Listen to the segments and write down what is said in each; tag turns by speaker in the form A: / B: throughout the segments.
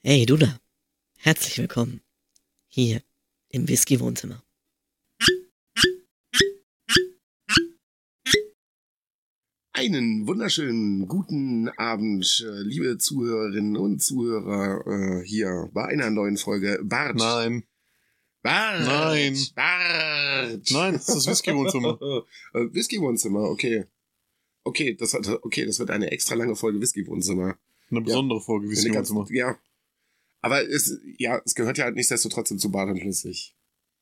A: Hey, du da. Herzlich willkommen. Hier im Whisky-Wohnzimmer.
B: Einen wunderschönen guten Abend, liebe Zuhörerinnen und Zuhörer, hier bei einer neuen Folge Bart.
C: Nein.
B: Bart.
C: Nein.
B: Bart.
C: Nein, das ist das Whisky-Wohnzimmer.
B: Whisky-Wohnzimmer, okay. Okay, das wird eine extra lange Folge Whisky-Wohnzimmer.
C: Eine besondere Folge Whisky-Wohnzimmer.
B: Ja. Aber es gehört ja nichtsdestotrotz zu Bart und Lustig.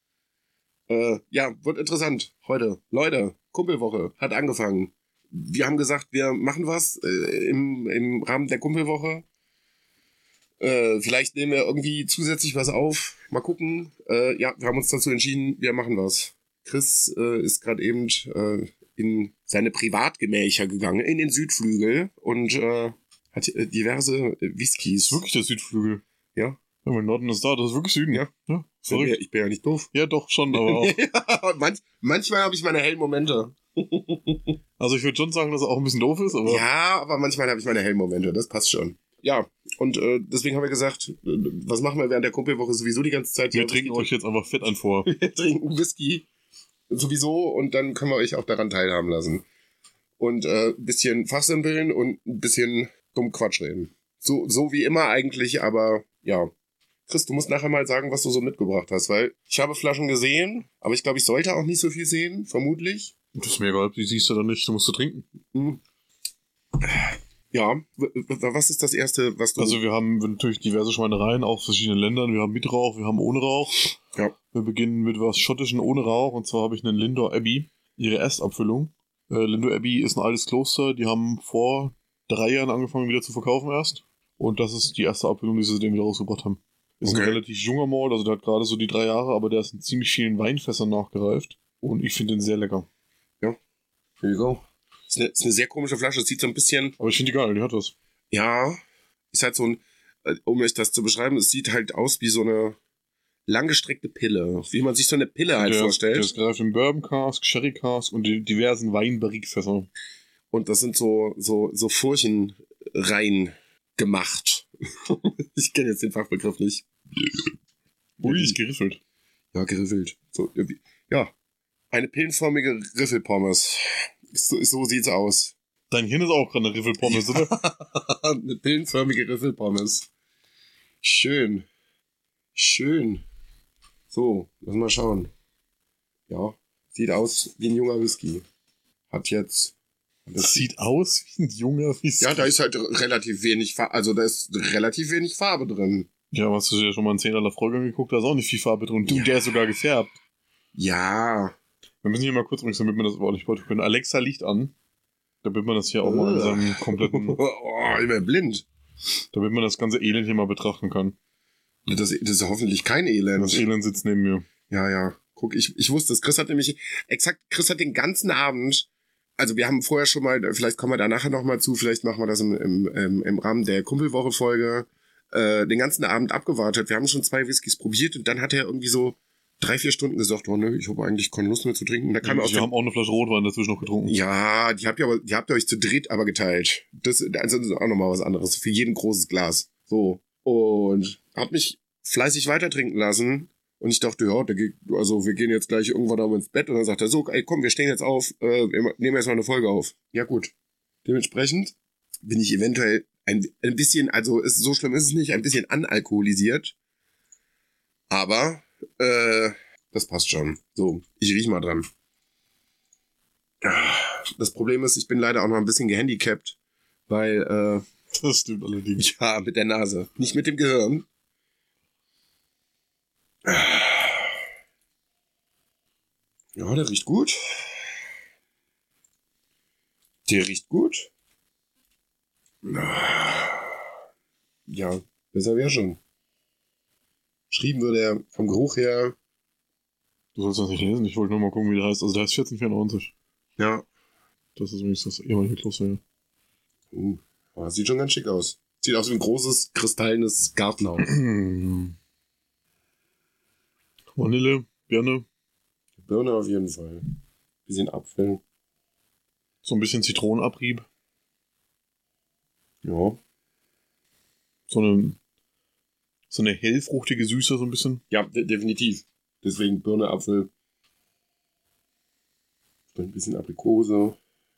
B: Wird interessant heute. Leute, Kumpelwoche hat angefangen. Wir haben gesagt, wir machen was im Rahmen der Kumpelwoche. Vielleicht nehmen wir irgendwie zusätzlich was auf. Mal gucken. Wir haben uns dazu entschieden, wir machen was. Chris ist gerade eben in seine Privatgemächer gegangen, in den Südflügel und hat diverse Whiskys.
C: Das ist wirklich der Südflügel.
B: Ja.
C: Ja, mein Norden ist da, das ist wirklich Süden.
B: Ja.
C: Verrückt.
B: Ich bin ja nicht doof.
C: Ja, doch, schon, aber auch.
B: Ja, manchmal habe ich meine hellen Momente.
C: Also ich würde schon sagen, dass er auch ein bisschen doof ist, aber...
B: Ja, aber manchmal habe ich meine hellen Momente, das passt schon. Ja, und deswegen haben wir gesagt, was machen wir während der Kumpelwoche sowieso die ganze Zeit?
C: Wir trinken euch jetzt einfach fett an vor.
B: Wir trinken Whisky sowieso und dann können wir euch auch daran teilhaben lassen. Und ein bisschen fachsimpeln und ein bisschen dumm Quatsch reden. So wie immer eigentlich, aber ja. Chris, du musst nachher mal sagen, was du so mitgebracht hast, weil ich habe Flaschen gesehen, aber ich glaube, ich sollte auch nicht so viel sehen, vermutlich.
C: Das ist mir egal, die siehst du dann nicht, du musst du trinken.
B: Ja, was ist das Erste, was du...
C: Also wir haben natürlich diverse Schweinereien aus verschiedenen Ländern. Wir haben mit Rauch, wir haben ohne Rauch.
B: Ja.
C: Wir beginnen mit was Schottischen ohne Rauch. Und zwar habe ich einen Lindor Abbey, ihre Erstabfüllung. Lindor Abbey ist ein altes Kloster. Die haben vor 3 Jahren angefangen wieder zu verkaufen erst. Und das ist die erste Abfüllung, die sie seitdem wieder rausgebracht haben. Ist ein relativ junger Malt, also der hat gerade so die 3 Jahre, aber der ist in ziemlich vielen Weinfässern nachgereift. Und ich finde den sehr lecker.
B: Ja, here you go. Ist eine sehr komische Flasche, es sieht so ein bisschen...
C: Aber ich finde die geil, die hat was.
B: Ja, ist halt so ein, um euch das zu beschreiben, es sieht halt aus wie so eine langgestreckte Pille. Wie man sich so eine Pille halt vorstellt.
C: Der ist gereift im Bourbon Cask, Sherry Cask und die diversen Weinbarrikfässer.
B: Und das sind so Furchen rein gemacht. Ich kenne jetzt den Fachbegriff nicht.
C: Ui, ist geriffelt.
B: Ja, geriffelt. So, ja, eine pillenförmige Riffelpommes. So sieht's aus.
C: Dein Hirn ist auch gerade eine Riffelpommes, oder?
B: Eine pillenförmige Riffelpommes. Schön. So, lass mal schauen. Ja, sieht aus wie ein junger Whisky.
C: Das sieht aus wie ein junger Whisky.
B: Ja, da ist halt relativ wenig Farbe drin.
C: Ja, hast du dir schon mal einen 10er Lafroig angeguckt? Da ist auch nicht viel Farbe drin. Du, der ist sogar gefärbt.
B: Ja.
C: Wir müssen hier mal kurz übrigens, damit man das ordentlich beurteilen können. Alexa Licht an. Damit man das hier auch mal in seinem kompletten...
B: Oh, ich bin blind.
C: Damit man das ganze Elend hier mal betrachten kann.
B: Das ist hoffentlich kein Elend.
C: Das Elend sitzt neben mir.
B: Ja. Guck, ich wusste es. Chris hat den ganzen Abend, also wir haben vorher schon mal, vielleicht kommen wir da nachher nochmal zu, vielleicht machen wir das im Rahmen der Kumpelwoche-Folge, den ganzen Abend abgewartet. Wir haben schon 2 Whiskys probiert und dann hat er irgendwie so 3-4 Stunden gesagt, oh ne, ich habe eigentlich keine Lust mehr zu trinken. Da kam
C: Wir haben auch eine Flasche Rotwein dazwischen noch getrunken.
B: Ja, die habt ihr euch zu dritt aber geteilt. Das ist auch nochmal was anderes. Für jeden großes Glas. So. Und hat mich fleißig weiter trinken lassen. Und ich dachte, ja, wir gehen jetzt gleich irgendwann da ins Bett. Und dann sagt er so, ey, komm, wir stehen jetzt auf, wir nehmen jetzt mal eine Folge auf. Ja, gut. Dementsprechend bin ich eventuell ein bisschen, also so schlimm ist es nicht, ein bisschen analkoholisiert. Aber das passt schon. So, ich riech mal dran. Das Problem ist, ich bin leider auch noch ein bisschen gehandicapt, weil
C: das stimmt allerdings.
B: Ja, mit der Nase, nicht mit dem Gehirn. Ja, der riecht gut. Ja, besser wäre schon. Geschrieben würde er vom Geruch her.
C: Du sollst das nicht lesen, ich wollte nur mal gucken, wie der heißt. Also der heißt 1494.
B: Ja.
C: Das ist übrigens das ehemalige Kloster hier.
B: Das sieht schon ganz schick aus. Sieht aus wie ein großes, kristallines Gartenhaus.
C: Vanille, Birne.
B: Birne auf jeden Fall. Bisschen Apfel.
C: So ein bisschen Zitronenabrieb.
B: Ja.
C: So eine So eine hellfruchtige Süße, so ein bisschen.
B: Ja, definitiv. Deswegen Birne, Apfel. Ein bisschen Aprikose.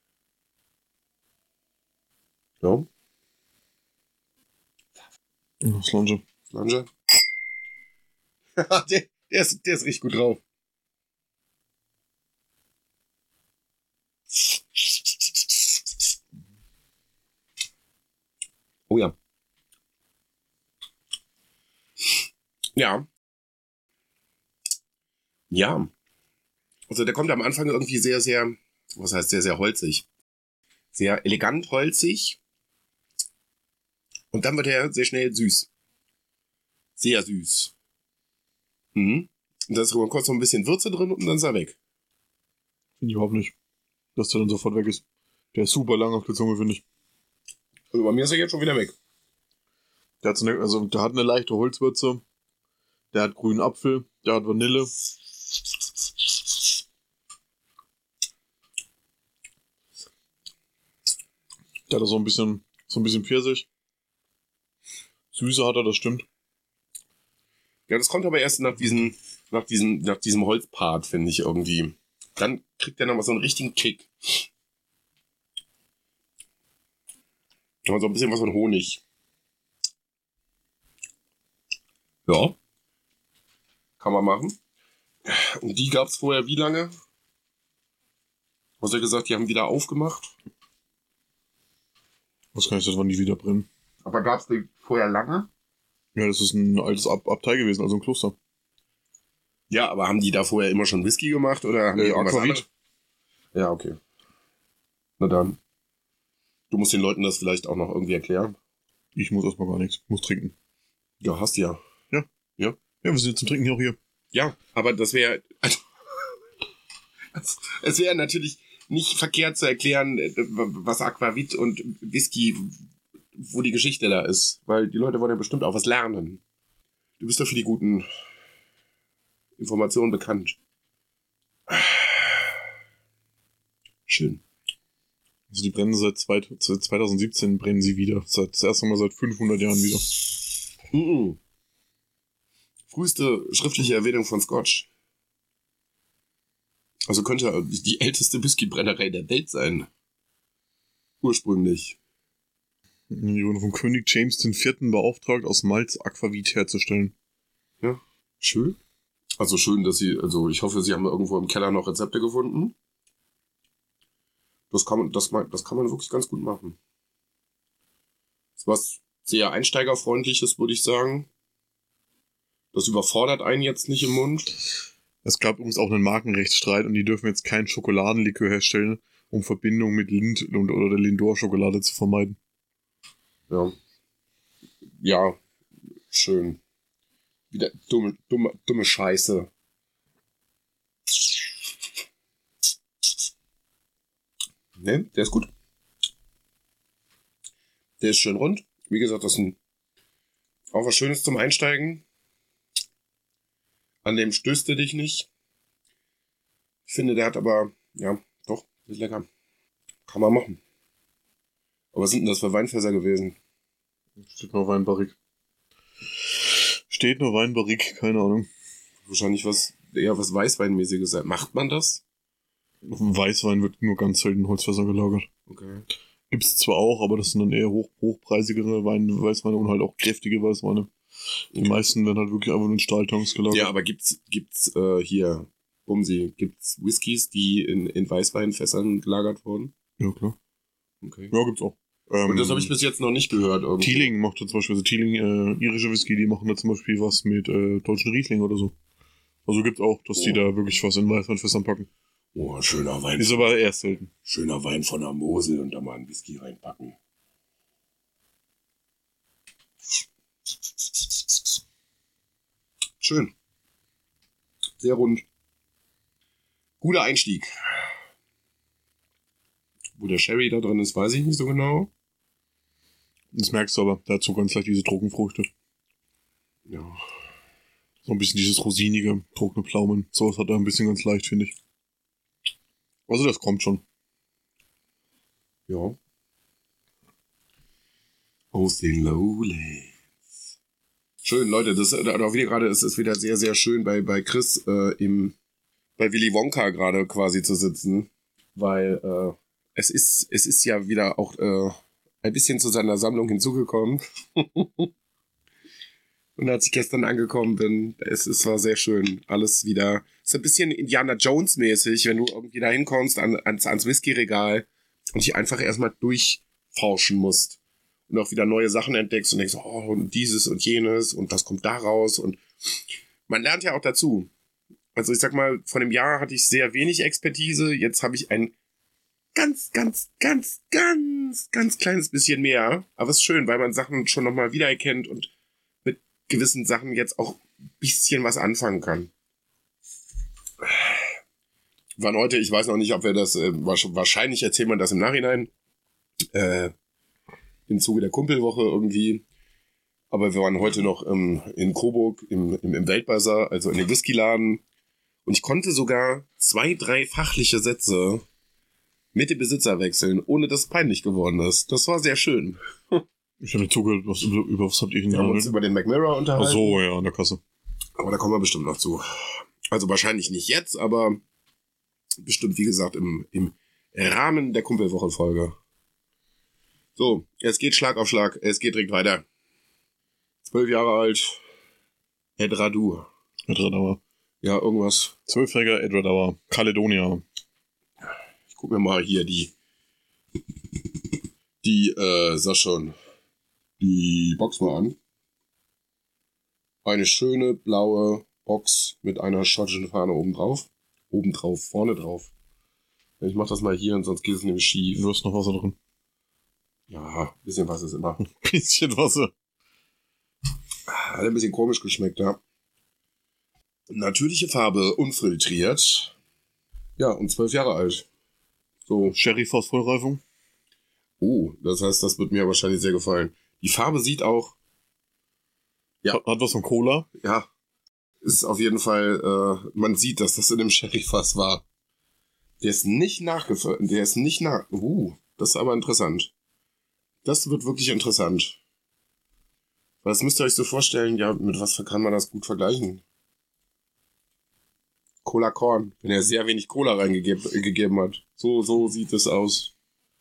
B: Ja.
C: Slange.
B: Slange. der ist richtig gut drauf. Oh ja. Ja. Ja. Also der kommt am Anfang irgendwie sehr, sehr, was heißt sehr, sehr holzig. Sehr elegant holzig. Und dann wird er sehr schnell süß. Sehr süß. Mhm. Und da ist kurz noch ein bisschen Würze drin und dann ist er weg.
C: Finde ich überhaupt nicht. Dass der dann sofort weg ist. Der ist super lang auf der Zunge, finde ich.
B: Also bei mir ist er jetzt schon wieder weg.
C: Der hat, der hat eine leichte Holzwürze. Der hat grünen Apfel. Der hat Vanille. Der hat so ein bisschen Pfirsich. Süße hat er, das stimmt.
B: Ja, das kommt aber erst nach diesem Holzpart, finde ich irgendwie. Dann kriegt er nochmal so einen richtigen Kick. Aber so ein bisschen was von Honig. Ja. Kann man machen. Und die gab's vorher wie lange? Hast du ja gesagt, die haben wieder aufgemacht.
C: Was kann ich das, wann die wieder brennen?
B: Aber gab's die vorher lange?
C: Ja, das ist ein altes Abtei gewesen, also ein Kloster.
B: Ja, aber haben die da vorher immer schon Whisky gemacht oder haben die irgendwas
C: Aquavit.
B: anderes? Ja, okay. Na dann. Du musst den Leuten das vielleicht auch noch irgendwie erklären.
C: Ich muss erstmal gar nichts. Ich muss trinken.
B: Ja, hast du ja.
C: Ja, wir sind jetzt zum Trinken auch hier.
B: Ja, aber das wäre. Also, es wäre natürlich nicht verkehrt zu erklären, was Aquavit und Whisky, wo die Geschichte da ist. Weil die Leute wollen ja bestimmt auch was lernen. Du bist doch für die guten Informationen bekannt. Schön.
C: Also die brennen seit 2017 brennen sie wieder. Das erste Mal seit 500 Jahren wieder.
B: Mhm. Früheste schriftliche Erwähnung von Scotch. Also könnte die älteste Whiskybrennerei der Welt sein. Ursprünglich.
C: Die wurden vom König James IV. Beauftragt, aus Malz Aquavit herzustellen.
B: Ja, schön. Also schön, dass sie, also ich hoffe, sie haben irgendwo im Keller noch Rezepte gefunden. Das kann man wirklich ganz gut machen. Das ist was sehr einsteigerfreundliches, würde ich sagen. Das überfordert einen jetzt nicht im Mund.
C: Es gab übrigens auch einen Markenrechtsstreit und die dürfen jetzt keinen Schokoladenlikör herstellen, um Verbindung mit Lind oder der Lindor-Schokolade zu vermeiden.
B: Ja. Ja, schön. Wieder dumme Scheiße. Ne, der ist gut. Der ist schön rund. Wie gesagt, das ist auch was Schönes zum Einsteigen. An dem stößt du dich nicht. Ich finde, der hat aber, ja, doch, ist lecker. Kann man machen. Aber was sind denn das für Weinfässer gewesen?
C: Steht nur Weinbarrik. Keine Ahnung.
B: Wahrscheinlich eher was Weißweinmäßiges sein. Macht man das?
C: Weißwein wird nur ganz selten in Holzfässer gelagert.
B: Okay.
C: Gibt's zwar auch, aber das sind dann eher hochpreisigere Weißweine und halt auch kräftige Weißweine. Die meisten werden halt wirklich einfach nur in Stahltanks gelagert.
B: Ja, aber gibt's hier, gibt's Whiskys, die in Weißweinfässern gelagert wurden?
C: Ja, klar.
B: Okay.
C: Ja, gibt's auch.
B: Und das habe ich bis jetzt noch nicht gehört. Irgendwie.
C: Teeling macht da zum Beispiel, also Teeling, irische Whisky, die machen da zum Beispiel was mit deutschen Riesling oder so. Also gibt's auch, dass die da wirklich was in Weißweinfässern packen.
B: Oh, schöner Wein.
C: Ist aber erst selten.
B: Schöner Wein von der Mosel und da mal einen Whisky reinpacken. Schön. Sehr rund. Guter Einstieg. Wo der Sherry da drin ist, weiß ich nicht so genau.
C: Das merkst du aber, der hat so ganz leicht diese Trockenfrüchte.
B: Ja.
C: So ein bisschen dieses rosinige, trockene Pflaumen. Sowas hat er ein bisschen ganz leicht, finde ich. Also das kommt schon.
B: Ja. Aus den Lowlands. Schön, Leute, das auch wieder gerade, es ist wieder sehr, sehr schön bei Chris bei Willy Wonka gerade quasi zu sitzen, weil es ist ja wieder auch ein bisschen zu seiner Sammlung hinzugekommen. Und als ich gestern angekommen bin, es war sehr schön. Alles wieder, es ist ein bisschen Indiana Jones mäßig, wenn du irgendwie da hinkommst ans Whisky-Regal und dich einfach erstmal durchforschen musst. Und auch wieder neue Sachen entdeckst und denkst, oh, und dieses und jenes und das kommt da raus. Und man lernt ja auch dazu. Also ich sag mal, vor einem Jahr hatte ich sehr wenig Expertise. Jetzt habe ich ein ganz kleines bisschen mehr. Aber es ist schön, weil man Sachen schon nochmal wiedererkennt und mit gewissen Sachen jetzt auch ein bisschen was anfangen kann. Wann heute, ich weiß noch nicht, ob wir das, wahrscheinlich erzählt man das im Nachhinein, im Zuge der Kumpelwoche irgendwie. Aber wir waren heute noch in Coburg im Weltbazar, also in dem Whiskyladen. Und ich konnte sogar 2, 3 fachliche Sätze mit dem Besitzer wechseln, ohne dass es peinlich geworden ist. Das war sehr schön.
C: Ich habe nicht zugehört, über was habt ihr denn
B: Wir haben uns über den McMirror unterhalten.
C: Ach so, ja, an der Kasse.
B: Aber da kommen wir bestimmt noch zu. Also wahrscheinlich nicht jetzt, aber bestimmt, wie gesagt, im Rahmen der Kumpelwochenfolge. So, es geht Schlag auf Schlag. Es geht direkt weiter. 12 Jahre alt. Ed Radu.
C: Ed Radauer.
B: Ja, irgendwas.
C: 12-jähriger Ed Radauer. Caledonia.
B: Ich guck mir mal hier sag schon, die Box mal an. Eine schöne blaue Box mit einer schottischen Fahne oben drauf. Oben drauf, vorne drauf. Ich mach das mal hier, und sonst geht es nämlich schief.
C: Du hast noch Wasser drin.
B: Ja, ein bisschen was ist immer.
C: Bisschen Wasser.
B: Hat ein bisschen komisch geschmeckt, ja. Natürliche Farbe, unfiltriert. Ja, und 12 Jahre alt. So.
C: Sherry-Fass Vollreifung.
B: Oh, das heißt, das wird mir wahrscheinlich sehr gefallen. Die Farbe sieht auch... Ja.
C: Hat was von Cola.
B: Ja. Ist auf jeden Fall... man sieht, dass das in dem Sherry-Fass war. Der ist nicht nachgefüllt. Das ist aber interessant. Das wird wirklich interessant. Was müsst ihr euch so vorstellen? Ja, mit was kann man das gut vergleichen? Cola Korn, wenn er sehr wenig Cola reingegeben hat. So sieht es aus.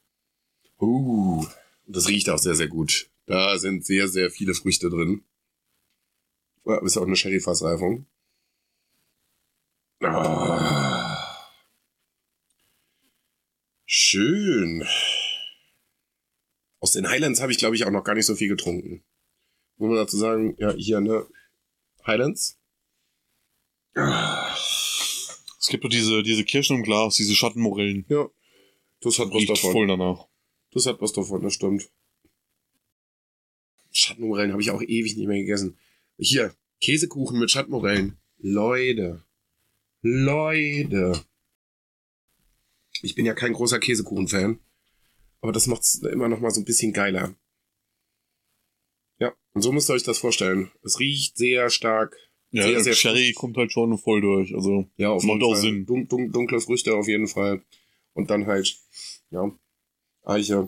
B: Das riecht auch sehr, sehr gut. Da sind sehr, sehr viele Früchte drin. Ja, ist auch eine Sherry-Fassreifung. Schön. Aus den Highlands habe ich, glaube ich, auch noch gar nicht so viel getrunken. Muss man dazu sagen, ja, hier, ne? Highlands.
C: Es gibt doch diese Kirschen im Glas, diese Schattenmorellen.
B: Ja. Das hat was davon.
C: Voll danach.
B: Das hat was davon, das stimmt. Schattenmorellen habe ich auch ewig nicht mehr gegessen. Hier, Käsekuchen mit Schattenmorellen. Leute. Ich bin ja kein großer Käsekuchen-Fan. Aber das macht es immer noch mal so ein bisschen geiler. Ja, und so müsst ihr euch das vorstellen. Es riecht sehr stark.
C: Ja,
B: sehr, sehr
C: Sherry kommt halt schon voll durch. Also,
B: ja, auf
C: macht
B: jeden
C: auch
B: Fall.
C: Sinn.
B: Dunkle Früchte auf jeden Fall. Und dann halt, ja, Eiche.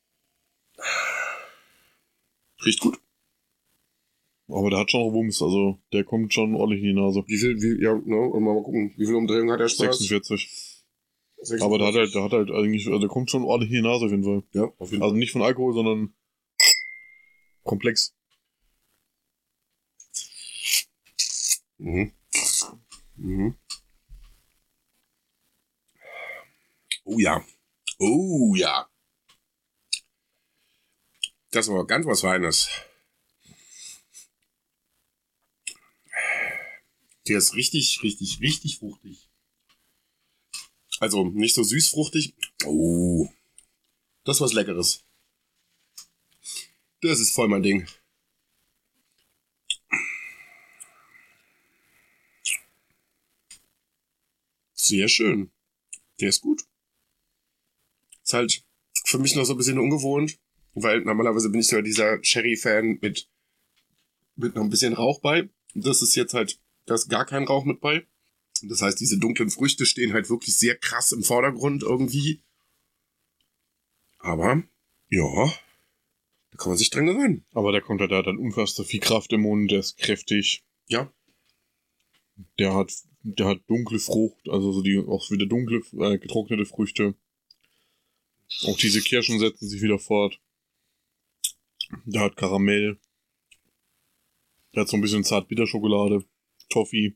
B: Riecht gut.
C: Aber der hat schon noch Wumms, also der kommt schon ordentlich in die Nase.
B: Und mal gucken, wie viel Umdrehungen hat der Spaß?
C: 46. Aber der hat halt eigentlich, also der kommt schon ordentlich in die Nase auf jeden Fall.
B: Ja, auf jeden Fall.
C: Also nicht von Alkohol, sondern komplex.
B: Mhm. Oh ja. Das war ganz was Feines. Der ist richtig fruchtig. Also nicht so süßfruchtig. Oh. Das ist was Leckeres. Das ist voll mein Ding. Sehr schön. Der ist gut. Ist halt für mich noch so ein bisschen ungewohnt, weil normalerweise bin ich ja dieser Sherry-Fan mit noch ein bisschen Rauch bei. Das ist jetzt halt, da ist gar kein Rauch mit bei. Das heißt, diese dunklen Früchte stehen halt wirklich sehr krass im Vordergrund irgendwie. Aber, ja, Da kann man sich dran gewöhnen.
C: Aber der hat dann unfassbar viel Kraft im Mund, der ist kräftig.
B: Ja.
C: Der hat dunkle Frucht, also so auch wieder dunkle, getrocknete Früchte. Auch diese Kirschen setzen sich wieder fort. Der hat Karamell. Der hat so ein bisschen Zartbitterschokolade. Toffee.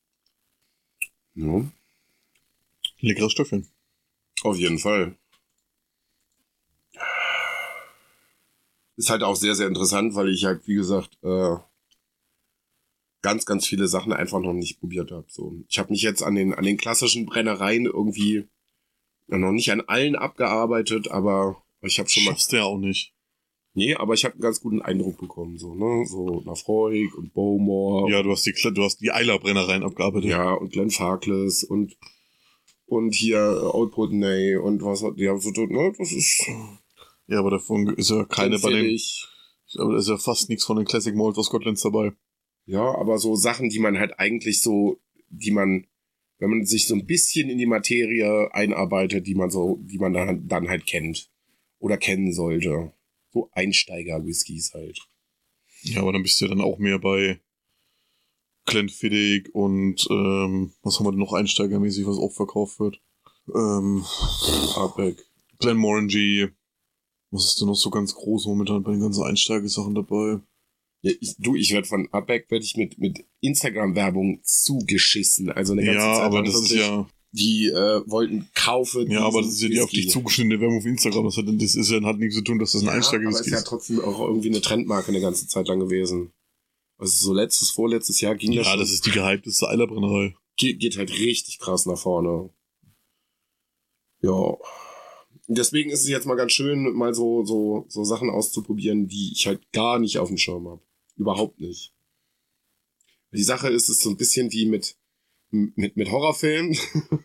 B: Ja.
C: Leckeres Stöffchen.
B: Auf jeden Fall. Ist halt auch sehr, sehr interessant, weil ich halt, wie gesagt, ganz, ganz viele Sachen einfach noch nicht probiert habe. So. Ich habe mich jetzt an den klassischen Brennereien irgendwie noch nicht an allen abgearbeitet, aber ich habe schon mal...
C: Schaffst du ja auch nicht.
B: Nee, aber ich habe einen ganz guten Eindruck bekommen. So, ne? So Lafroig und Bowmore.
C: Ja, du hast die Eiler-Brennereien abgearbeitet.
B: Ja, und Glenfarclas und hier Old Putney und was hat die haben so, ne? Das ist...
C: Ja, aber davon ist ja keine bei den... Aber da ist ja fast nichts von den Classic Malt aus Scotlands dabei.
B: Ja, aber so Sachen, die man halt eigentlich so, wenn man sich so ein bisschen in die Materie einarbeitet, die man dann halt kennt. Oder kennen sollte. So Einsteiger-Whiskys halt.
C: Ja, aber dann bist du ja dann auch mehr bei Glenfiddich und was haben wir denn noch einsteigermäßig, was auch verkauft wird?
B: Ardbeg.
C: Glenmorangie. Was ist denn noch so ganz groß momentan bei den ganzen Einsteigersachen dabei?
B: Ja, ich werde von Ardbeg mit Instagram-Werbung zugeschissen. Also eine ganze Zeit
C: aber
B: lang
C: das ist ja...
B: Die wollten kaufen.
C: Ja, aber das ist ja die auf dich zugeschnittene Werbung auf Instagram. Das hat nichts zu tun, dass das ein Einsteiger-Whisky ist.
B: Aber es ist ja trotzdem auch irgendwie eine Trendmarke eine ganze Zeit lang gewesen. Also so vorletztes Jahr ging das schon.
C: Ja, das ist die gehypteste Eilerbrennerei.
B: Geht halt richtig krass nach vorne. Ja. Deswegen ist es jetzt mal ganz schön, mal so Sachen auszuprobieren, die ich halt gar nicht auf dem Schirm habe. Überhaupt nicht. Die Sache ist, es ist so ein bisschen wie mit Horrorfilmen.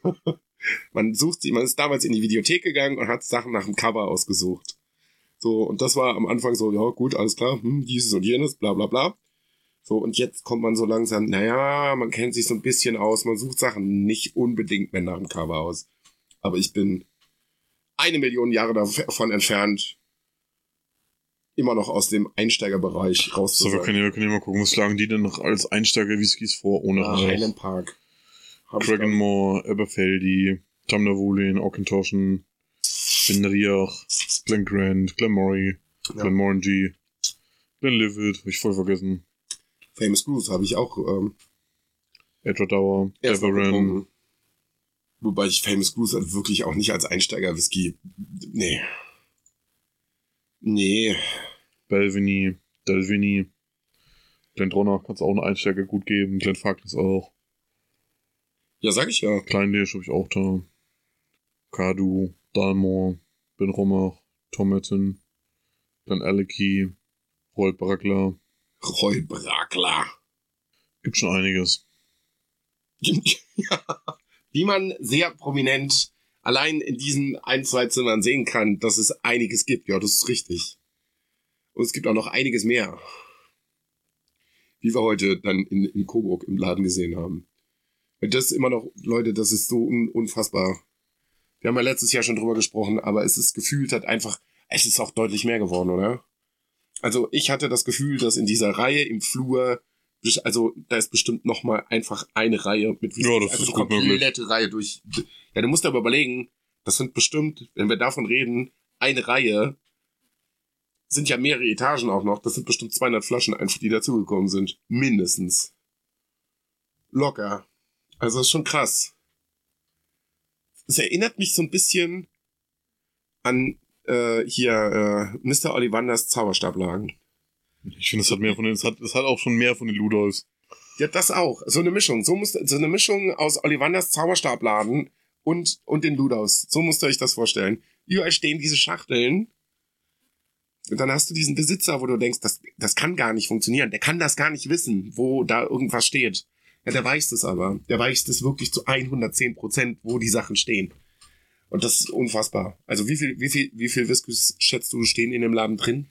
B: Man ist damals in die Videothek gegangen und hat Sachen nach dem Cover ausgesucht. So, und das war am Anfang so, ja gut, alles klar, dieses und jenes, bla bla bla. So, und jetzt kommt man so langsam, naja, man kennt sich so ein bisschen aus, man sucht Sachen nicht unbedingt mehr nach dem Cover aus. Aber ich bin 1 Million Jahre davon entfernt, immer noch aus dem Einsteigerbereich raus zu sein.
C: So, wir können ja mal gucken, was schlagen die denn noch als Einsteiger-Whiskys vor, ohne
B: Highland Park.
C: Craigenmore, Aberfeldy, Tamnavulin, Auchentoshan, Benriach, Glengrant, Glenmorangie, Glenmorangie, Glenlivet, hab ich voll vergessen.
B: Famous Grouse habe ich auch
C: Edward Deveron.
B: Wobei ich Famous Grouse halt wirklich auch nicht als Einsteiger-Whisky... Nee.
C: Belvini, Delvini, Glendronach kannst auch einen Einsteiger gut geben, Glenfarclas auch.
B: Ja, sag ich ja.
C: Kleindisch habe ich auch da. Cardu, Dalmor, Benromach, Tomerton, Glenallachie, Roy Brackler. Gibt schon einiges.
B: Ja. Wie man sehr prominent allein in diesen 1-2 Zimmern sehen kann, dass es einiges gibt. Ja, das ist richtig. Und es gibt auch noch einiges mehr. Wie wir heute dann in Coburg im Laden gesehen haben. Das ist immer noch, Leute, das ist so unfassbar. Wir haben ja letztes Jahr schon drüber gesprochen, aber es ist gefühlt halt einfach, es ist auch deutlich mehr geworden, oder? Also ich hatte das Gefühl, dass in dieser Reihe im Flur, also da ist bestimmt noch mal einfach eine Reihe mit
C: Ja, das
B: also
C: ist
B: eine
C: gut möglich.
B: komplette Reihe durch. Ja, du musst aber überlegen, das sind bestimmt, wenn wir davon reden, eine Reihe, sind ja mehrere Etagen auch noch, das sind bestimmt 200 Flaschen einfach, die dazugekommen sind. Mindestens. Locker. Also das ist schon krass. Es erinnert mich so ein bisschen an Mr. Ollivanders Zauberstablagen.
C: Ich finde, es hat auch schon mehr von den Ludolfs.
B: Ja, das auch. So eine Mischung. So eine Mischung aus Ollivanders Zauberstabladen und den Ludolfs. So musst ihr euch das vorstellen. Überall stehen diese Schachteln. Und dann hast du diesen Besitzer, wo du denkst, das kann gar nicht funktionieren. Der kann das gar nicht wissen, wo da irgendwas steht. Ja, der weiß das aber. Der weiß das wirklich zu 110%, wo die Sachen stehen. Und das ist unfassbar. Also wie viel Whiskys schätzt du stehen in dem Laden drin?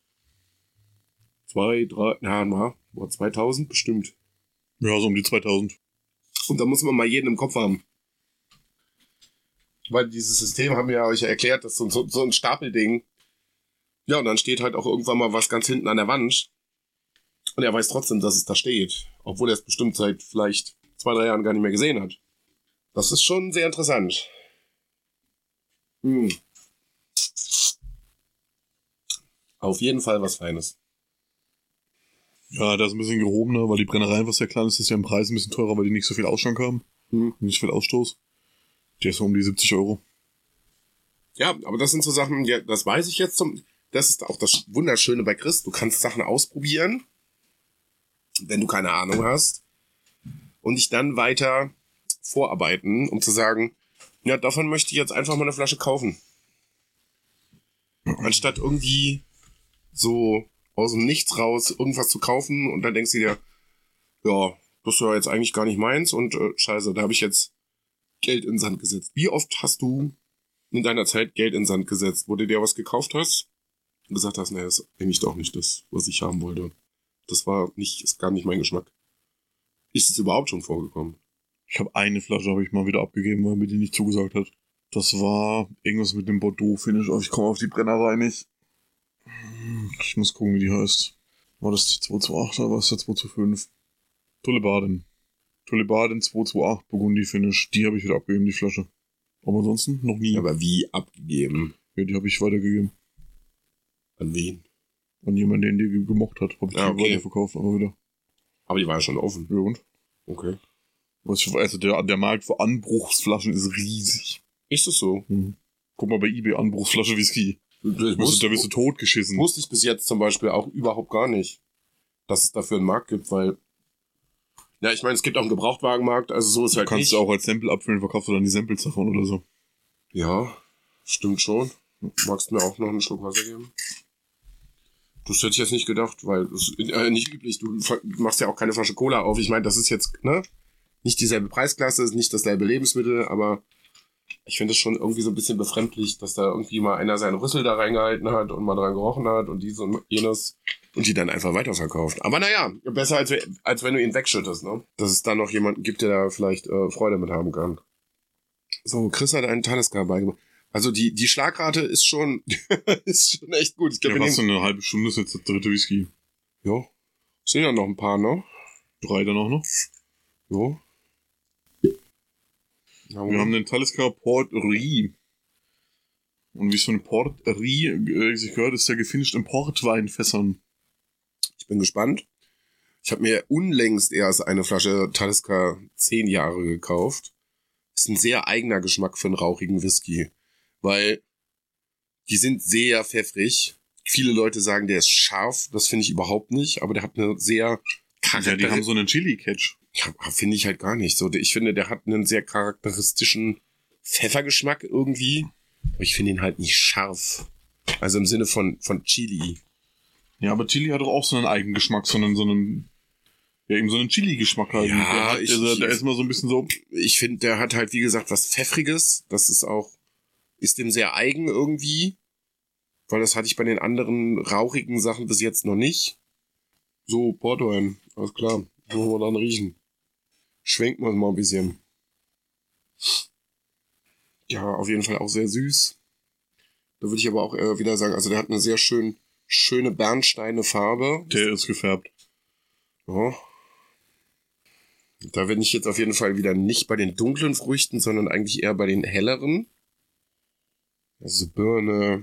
B: 2, 3, 2000 bestimmt.
C: Ja, so um die 2000.
B: Und da muss man mal jeden im Kopf haben. Weil dieses System haben wir ja euch ja erklärt, dass so ein Stapelding, Ja, und dann steht halt auch irgendwann mal was ganz hinten an der Wand. Und er weiß trotzdem, dass es da steht. Obwohl er es bestimmt seit vielleicht 2, 3 Jahren gar nicht mehr gesehen hat. Das ist schon sehr interessant. Auf jeden Fall was Feines.
C: Ja, der ist ein bisschen gehobener, weil die Brennerei einfach sehr klein ist. Das ist ja im Preis ein bisschen teurer, weil die nicht so viel Ausschank haben. Nicht viel Ausstoß. Der ist so um die 70 Euro.
B: Ja, aber das sind so Sachen, ja, das weiß ich jetzt. Das ist auch das Wunderschöne bei Chris. Du kannst Sachen ausprobieren, wenn du keine Ahnung hast. Und dich dann weiter vorarbeiten, um zu sagen, ja, davon möchte ich jetzt einfach mal eine Flasche kaufen. Anstatt irgendwie so aus dem Nichts raus irgendwas zu kaufen und dann denkst du dir, ja, das ist ja jetzt eigentlich gar nicht meins und scheiße, da habe ich jetzt Geld in den Sand gesetzt. Wie oft hast du in deiner Zeit Geld in den Sand gesetzt, wo du dir was gekauft hast und gesagt hast, nee, das ist eigentlich doch nicht das, was ich haben wollte. Das ist gar nicht mein Geschmack. Ist es überhaupt schon vorgekommen?
C: Ich habe eine Flasche habe ich mal wieder abgegeben, weil mir die nicht zugesagt hat. Das war irgendwas mit dem Bordeaux-Finish. Ich komme auf die Brennerei nicht. Ich muss gucken, wie die heißt. War das die 228 oder war es der 225? Tullebaden 228 Burgundy-Finish. Die habe ich wieder abgegeben, die Flasche. Aber ansonsten noch nie.
B: Aber wie abgegeben?
C: Ja, die habe ich weitergegeben.
B: An wen?
C: An jemanden, den die gemocht hat. Habe ich die weiterverkauft, aber wieder.
B: Aber die war ja schon offen.
C: Ja, und?
B: Okay.
C: Also der Markt für Anbruchsflaschen ist riesig.
B: Ist das so?
C: Guck mal bei eBay, Anbruchsflasche Whisky. Da wirst du totgeschissen.
B: Wusste ich bis jetzt zum Beispiel auch überhaupt gar nicht, dass es dafür einen Markt gibt, weil, ja, ich meine, es gibt auch einen Gebrauchtwagenmarkt, also so ist halt nicht.
C: Du kannst auch als Sample abfüllen, verkaufst du dann die Samples davon oder so.
B: Ja, stimmt schon. Magst du mir auch noch einen Schluck Wasser geben? Das hätte ich jetzt nicht gedacht, weil das ist nicht üblich. Du machst ja auch keine Flasche Cola auf. Ich meine, das ist jetzt, ne? Nicht dieselbe Preisklasse, ist nicht dasselbe Lebensmittel, aber ich finde es schon irgendwie so ein bisschen befremdlich, dass da irgendwie mal einer seinen Rüssel da reingehalten hat und mal dran gerochen hat und dies und jenes und die dann einfach weiterverkauft. Aber naja, besser als wenn du ihn wegschüttest, ne? Dass es da noch jemanden gibt, der da vielleicht Freude mit haben kann. So, Chris hat einen Talisker beigebracht. Also die Schlagrate ist schon ist schon echt gut. Ich glaub,
C: ja, fast so eine halbe Stunde ist jetzt der dritte Whisky.
B: Ja. Sind ja noch ein paar, ne?
C: 3 dann auch noch.
B: Jo. Ja,
C: wir haben den Talisker Port Rie. Und wie es von dem Port Rie sich gehört, ist der gefinisht in Portweinfässern.
B: Ich bin gespannt. Ich habe mir unlängst erst eine Flasche Talisker 10 Jahre gekauft. Ist ein sehr eigener Geschmack für einen rauchigen Whisky. Weil die sind sehr pfeffrig. Viele Leute sagen, der ist scharf. Das finde ich überhaupt nicht. Aber der hat eine sehr...
C: Ja, die haben so einen Chili-Catch.
B: Ja, finde ich halt gar nicht so. Ich finde, der hat einen sehr charakteristischen Pfeffergeschmack irgendwie. Aber ich finde ihn halt nicht scharf. Also im Sinne von Chili.
C: Ja, aber Chili hat doch auch so einen Eigengeschmack, so einen Chili-Geschmack halt.
B: Ja,
C: der ist immer so ein bisschen so.
B: Ich finde, der hat halt, wie gesagt, was Pfeffriges. Das ist dem sehr eigen irgendwie. Weil das hatte ich bei den anderen rauchigen Sachen bis jetzt noch nicht. So, Portwein, alles klar. Wollen wir dann riechen. Schwenken wir mal ein bisschen. Ja, auf jeden Fall auch sehr süß. Da würde ich aber auch wieder sagen, also der hat eine sehr schöne bernsteine Farbe.
C: Der ist gefärbt.
B: Ja. Da bin ich jetzt auf jeden Fall wieder nicht bei den dunklen Früchten, sondern eigentlich eher bei den helleren. Also Birne.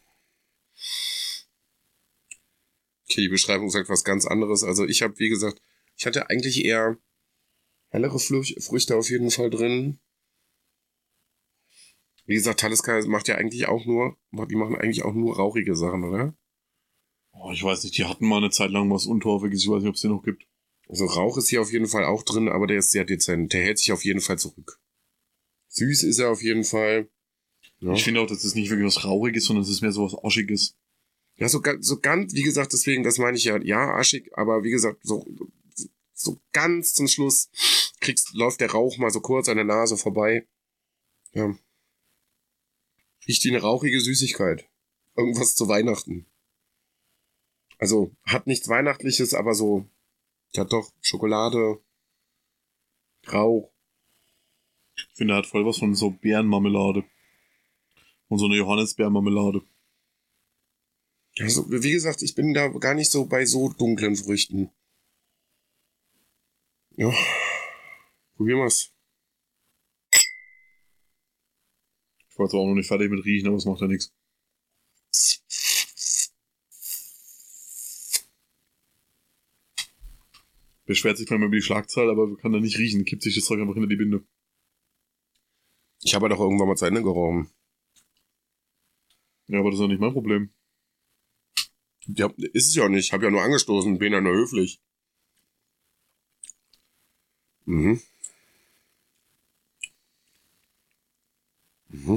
B: Okay, die Beschreibung sagt was ganz anderes. Also ich habe, wie gesagt, ich hatte eigentlich eher hellere Früchte auf jeden Fall drin. Wie gesagt, Talisker macht ja eigentlich auch die machen eigentlich auch nur rauchige Sachen, oder?
C: Oh, ich weiß nicht, die hatten mal eine Zeit lang was Untorfiges, ich weiß nicht, ob es den noch gibt.
B: Also Rauch ist hier auf jeden Fall auch drin, aber der ist sehr dezent. Der hält sich auf jeden Fall zurück. Süß ist er auf jeden Fall. Ja.
C: Ich finde auch, das ist nicht wirklich was Rauchiges, sondern es ist mehr so was Aschiges.
B: Ja, so ganz, wie gesagt, deswegen, das meine ich ja, aschig, aber wie gesagt, so ganz zum Schluss läuft der Rauch mal so kurz an der Nase vorbei. Ja. Riecht wie eine rauchige Süßigkeit. Irgendwas zu Weihnachten. Also, hat nichts Weihnachtliches, aber so, ja doch, Schokolade, Rauch.
C: Ich finde, er hat voll was von so Beerenmarmelade. Und so eine Johannisbeermarmelade.
B: Also, wie gesagt, ich bin da gar nicht so bei so dunklen Früchten. Ja, probieren wir's.
C: Ich war zwar auch noch nicht fertig mit Riechen, aber es macht ja nichts. Beschwert sich manchmal über die Schlagzahl, aber kann da nicht riechen. Kippt sich das Zeug einfach hinter die Binde.
B: Ich habe doch irgendwann mal zu Ende geraucht.
C: Ja, aber das ist ja nicht mein Problem.
B: Ja, ist es ja nicht. Ich habe ja nur angestoßen. Bin ja nur höflich. Mhm. Mhm.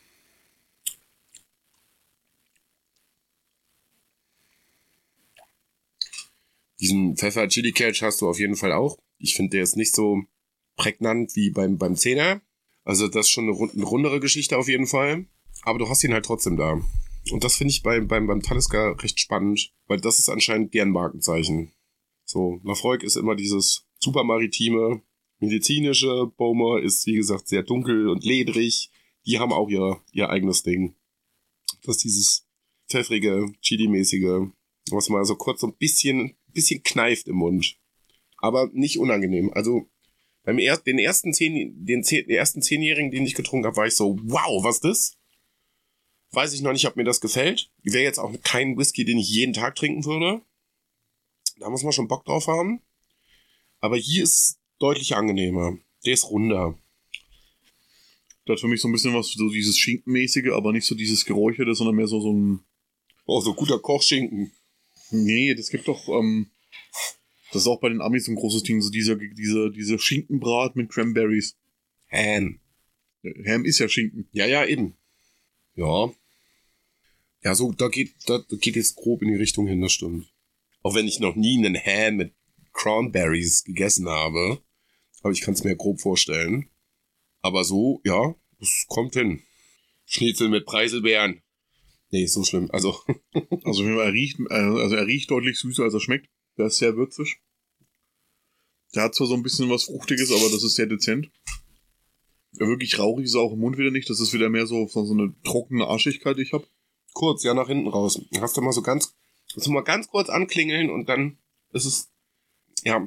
B: Diesen Pfeffer-Chili-Catch hast du auf jeden Fall auch. Ich finde, der ist nicht so prägnant wie beim Zehner. Also das ist schon eine rundere Geschichte auf jeden Fall. Aber du hast ihn halt trotzdem da. Und das finde ich beim Talisker recht spannend, weil das ist anscheinend deren Markenzeichen. So, Lafroig ist immer dieses super maritime, medizinische. Bowmer ist, wie gesagt, sehr dunkel und ledrig. Die haben auch ihr eigenes Ding. Das ist dieses pfeffrige, chili-mäßige, was mal so kurz so ein bisschen kneift im Mund. Aber nicht unangenehm. Also den ersten 10-Jährigen, den ich getrunken habe, war ich so, wow, was ist das? Weiß ich noch nicht, ob mir das gefällt. Wäre jetzt auch kein Whisky, den ich jeden Tag trinken würde. Da muss man schon Bock drauf haben. Aber hier ist es deutlich angenehmer. Der ist runder.
C: Das hat für mich so ein bisschen was, so dieses Schinkenmäßige, aber nicht so dieses Geräucherte, sondern mehr so ein...
B: Oh, so guter Kochschinken.
C: Nee, das gibt doch, das ist auch bei den Amis so ein großes Ding, so diese Schinkenbrat mit Cranberries.
B: Ham.
C: Ham ist ja Schinken.
B: Ja, eben. Ja. Ja, so, da geht jetzt grob in die Richtung hin, das stimmt. Auch wenn ich noch nie einen Ham mit Cranberries gegessen habe. Aber ich kann es mir grob vorstellen. Aber so, ja, es kommt hin. Schnitzel mit Preiselbeeren. Nee, so schlimm. Also
C: Er riecht deutlich süßer, als er schmeckt. Der ist sehr würzig. Der hat zwar so ein bisschen was Fruchtiges, aber das ist sehr dezent. Ja, wirklich rauchig ist er auch im Mund wieder nicht. Das ist wieder mehr so eine trockene Arschigkeit, die ich habe.
B: kurz, ja, nach hinten raus. Hast du mal so ganz kurz anklingeln und dann ist es, ja,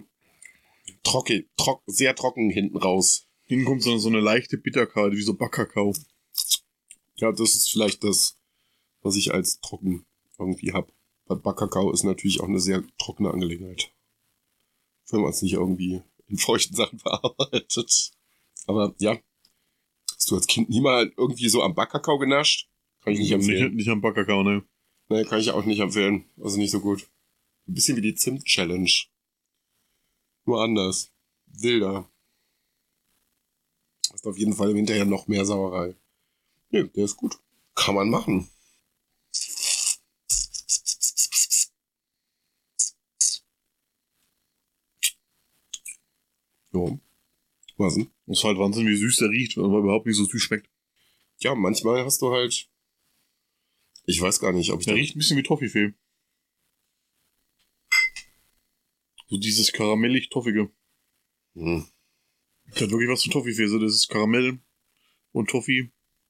B: sehr trocken hinten raus.
C: Hinten kommt so eine leichte Bitterkeit, wie so Backkakao.
B: Ja, das ist vielleicht das, was ich als trocken irgendwie hab. Weil Backkakao ist natürlich auch eine sehr trockene Angelegenheit. Wenn man es nicht irgendwie in feuchten Sachen verarbeitet. Aber ja, hast du als Kind nie mal irgendwie so am Backkakao genascht? Kann ich nicht empfehlen.
C: Nicht am Backkakao, ne.
B: Nee, kann ich auch nicht empfehlen. Also nicht so gut. Ein bisschen wie die Zimt-Challenge. Nur anders. Wilder. Hast auf jeden Fall hinterher noch mehr Sauerei. Nö, der ist gut. Kann man machen. Jo. Was denn?
C: Das ist halt Wahnsinn, wie süß der riecht, aber überhaupt nicht so süß schmeckt.
B: Ja, manchmal hast du halt... Ich weiß gar nicht, ob ich...
C: Der riecht ein bisschen wie Toffifee. So dieses karamellig-toffige.
B: Hm.
C: Das hat wirklich was von Toffifee. So das ist Karamell und Toffee.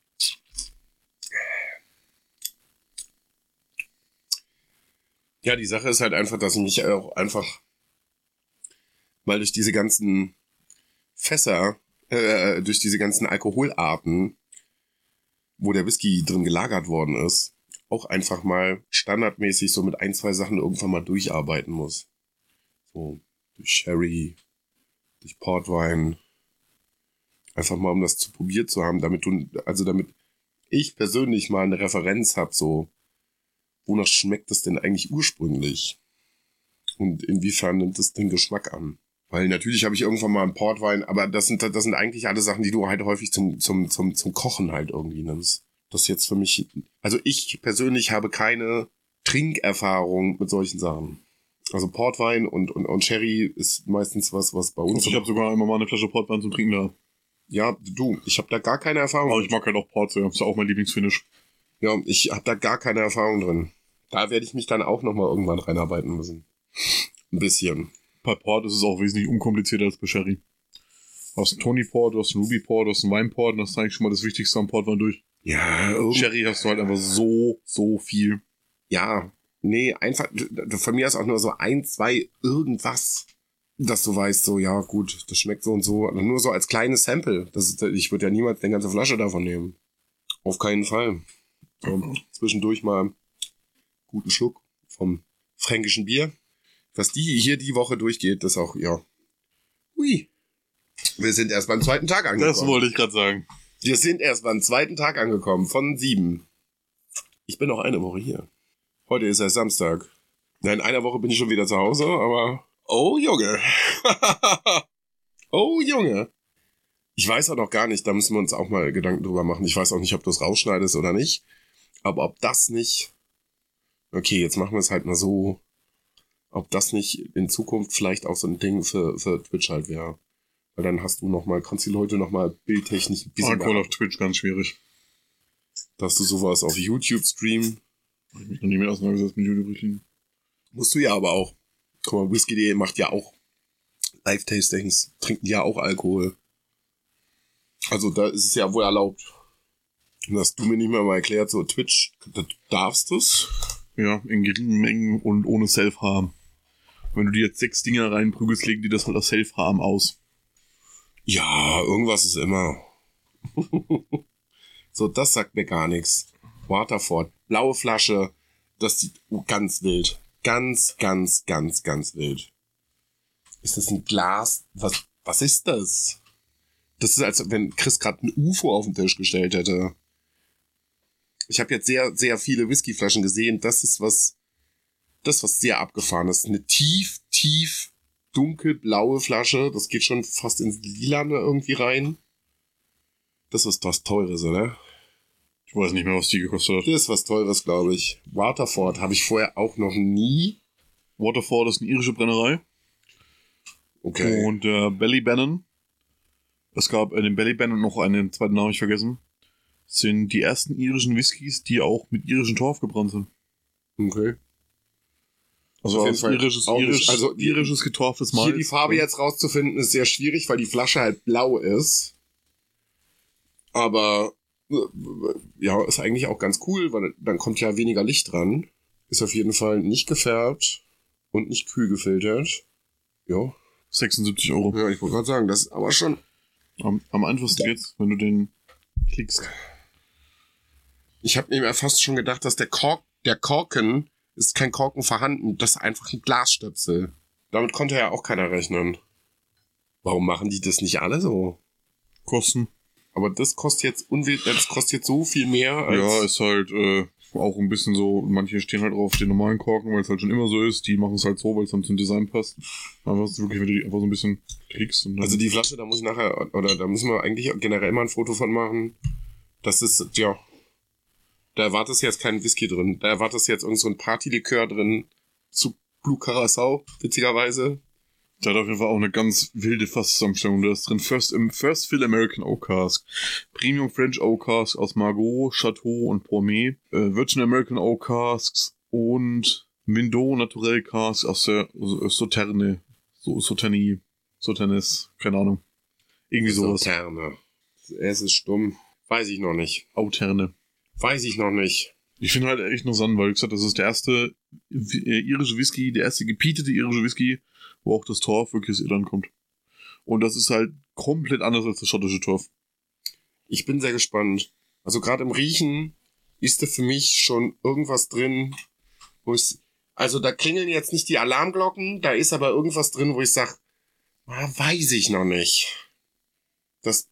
B: Ja, die Sache ist halt einfach, dass ich mich auch einfach mal durch diese ganzen Fässer, durch diese ganzen Alkoholarten, wo der Whisky drin gelagert worden ist, auch einfach mal standardmäßig so mit 1, 2 Sachen irgendwann mal durcharbeiten muss. So, durch Sherry, durch Portwein. Einfach mal, um das zu probiert zu haben, damit ich persönlich mal eine Referenz habe, so, wonach schmeckt das denn eigentlich ursprünglich? Und inwiefern nimmt es den Geschmack an? Weil natürlich habe ich irgendwann mal einen Portwein, aber das sind eigentlich alle Sachen, die du halt häufig zum Kochen halt irgendwie nimmst. Das ist jetzt für mich, also ich persönlich habe keine Trinkerfahrung mit solchen Sachen. Also Portwein und Sherry ist meistens was bei uns...
C: Ich habe sogar immer mal eine Flasche Portwein zum Trinken da.
B: Ja, ich habe da gar keine Erfahrung.
C: Aber ich mag halt auch Port sehr. Ist ja auch mein Lieblingsfinish.
B: Ja, ich habe da gar keine Erfahrung drin. Da werde ich mich dann auch nochmal irgendwann reinarbeiten müssen. Ein bisschen.
C: Bei Port ist es auch wesentlich unkomplizierter als bei Sherry. Du hast einen Tony Port, du hast einen Ruby Port, du hast einen Wein Port und das ist eigentlich schon mal das Wichtigste am Portwein durch.
B: Ja,
C: Sherry hast du halt einfach so viel.
B: Ja, nee, einfach, von mir ist auch nur so 1, 2 irgendwas, dass du weißt, so, ja, gut, das schmeckt so und so. Nur so als kleines Sample. Ich würde ja niemals eine ganze Flasche davon nehmen. Auf keinen Fall. So, zwischendurch mal guten Schluck vom fränkischen Bier. Was hier die Woche durchgeht, ist auch, ja. Hui. Wir sind erst beim zweiten Tag angekommen.
C: Das wollte ich gerade sagen.
B: Wir sind erst beim zweiten Tag angekommen, von 7. Ich bin noch eine Woche hier. Heute ist erst Samstag. In einer Woche bin ich schon wieder zu Hause, aber... Oh, Junge. Oh, Junge. Ich weiß auch noch gar nicht, da müssen wir uns auch mal Gedanken drüber machen. Ich weiß auch nicht, ob du es rausschneidest oder nicht. Aber ob das nicht... Okay, jetzt machen wir es halt mal so. Ob das nicht in Zukunft vielleicht auch so ein Ding für Twitch halt wäre. Weil dann kannst die Leute nochmal bildtechnisch ein bisschen...
C: Call auf Twitch ganz schwierig.
B: Dass du sowas auf YouTube streamen.
C: Hab ich mich noch nie mehr auseinandergesetzt mit YouTube-Richtlinien.
B: Musst du ja aber auch. Guck mal, Whisky.de macht ja auch Live-Tastings. Trinken ja auch Alkohol. Also da ist es ja wohl erlaubt. Und hast du mir nicht mal erklärt, so Twitch, da darfst du's?
C: Ja, in geringen Mengen und ohne Self-Harm. Wenn du dir jetzt 6 Dinger reinprügelst, legen die das halt als Self-Harm aus.
B: Ja, irgendwas ist immer. So, das sagt mir gar nichts. Waterford, blaue Flasche, das sieht ganz wild. Ganz, ganz, ganz, ganz wild. Ist das ein Glas? Was ist das? Das ist, als wenn Chris gerade ein UFO auf den Tisch gestellt hätte. Ich habe jetzt sehr, sehr viele Whiskyflaschen gesehen. Das ist was sehr abgefahren ist. Eine tief, tief dunkelblaue Flasche. Das geht schon fast ins Lilane irgendwie rein. Das ist was Teures, oder?
C: Ich weiß nicht mehr, was die gekostet hat.
B: Das ist was Teures, glaube ich. Waterford habe ich vorher auch noch nie.
C: Waterford ist eine irische Brennerei.
B: Okay.
C: Und der Ballybannon, es gab den Ballybannon und noch einen zweiten Namen, ich vergessen, sind die ersten irischen Whiskys, die auch mit irischem Torf gebrannt sind.
B: Okay.
C: Also
B: auf jeden Fall
C: irisches getorftes Malz.
B: Hier die Farbe jetzt rauszufinden, ist sehr schwierig, weil die Flasche halt blau ist. Aber ja, ist eigentlich auch ganz cool, weil dann kommt ja weniger Licht dran. Ist auf jeden Fall nicht gefärbt und nicht kühl gefiltert. Ja.
C: 76 Euro.
B: Ja, ich wollte gerade sagen, das ist aber schon...
C: Am einfachsten geht's, wenn du den klickst.
B: Ich habe mir fast schon gedacht, dass der Korken, ist kein Korken vorhanden, das ist einfach ein Glasstöpsel. Damit konnte ja auch keiner rechnen. Warum machen die das nicht alle so?
C: Kosten.
B: Aber das kostet jetzt so viel mehr als...
C: Ja, ist halt auch ein bisschen so, manche stehen halt drauf den normalen Korken, weil es halt schon immer so ist. Die machen es halt so, weil es dann zum Design passt. Aber es ist wirklich, wenn du die einfach so ein bisschen klickst. Und
B: also die Flasche, da muss ich nachher, oder da müssen wir eigentlich generell mal ein Foto von machen. Das ist, ja, da erwartest jetzt kein Whisky drin. Da erwartest jetzt irgend so ein Partylikör drin zu Blue Curacao, witzigerweise.
C: Der hat auf jeden Fall auch eine ganz wilde Fasszusammenstellung. Da ist drin im First Fill American Oak Cask, Premium French Oak Cask aus Margaux, Chateau und Pommier, Virgin American Oak Casks und Mindot Naturel Cask aus der Sauternes, keine Ahnung. Irgendwie sowas.
B: Sauterne. Es ist stumm. Weiß ich noch nicht.
C: Auterne.
B: Weiß ich noch nicht.
C: Ich finde halt echt interessant, weil, wie gesagt, das ist der erste irische Whisky, der erste gepietete irische Whisky, wo auch das Torf wirklich aus Irland kommt. Und das ist halt komplett anders als das schottische Torf.
B: Ich bin sehr gespannt. Also gerade im Riechen ist da für mich schon irgendwas drin, also da klingeln jetzt nicht die Alarmglocken, da ist aber irgendwas drin, wo ich sage, weiß ich noch nicht. Das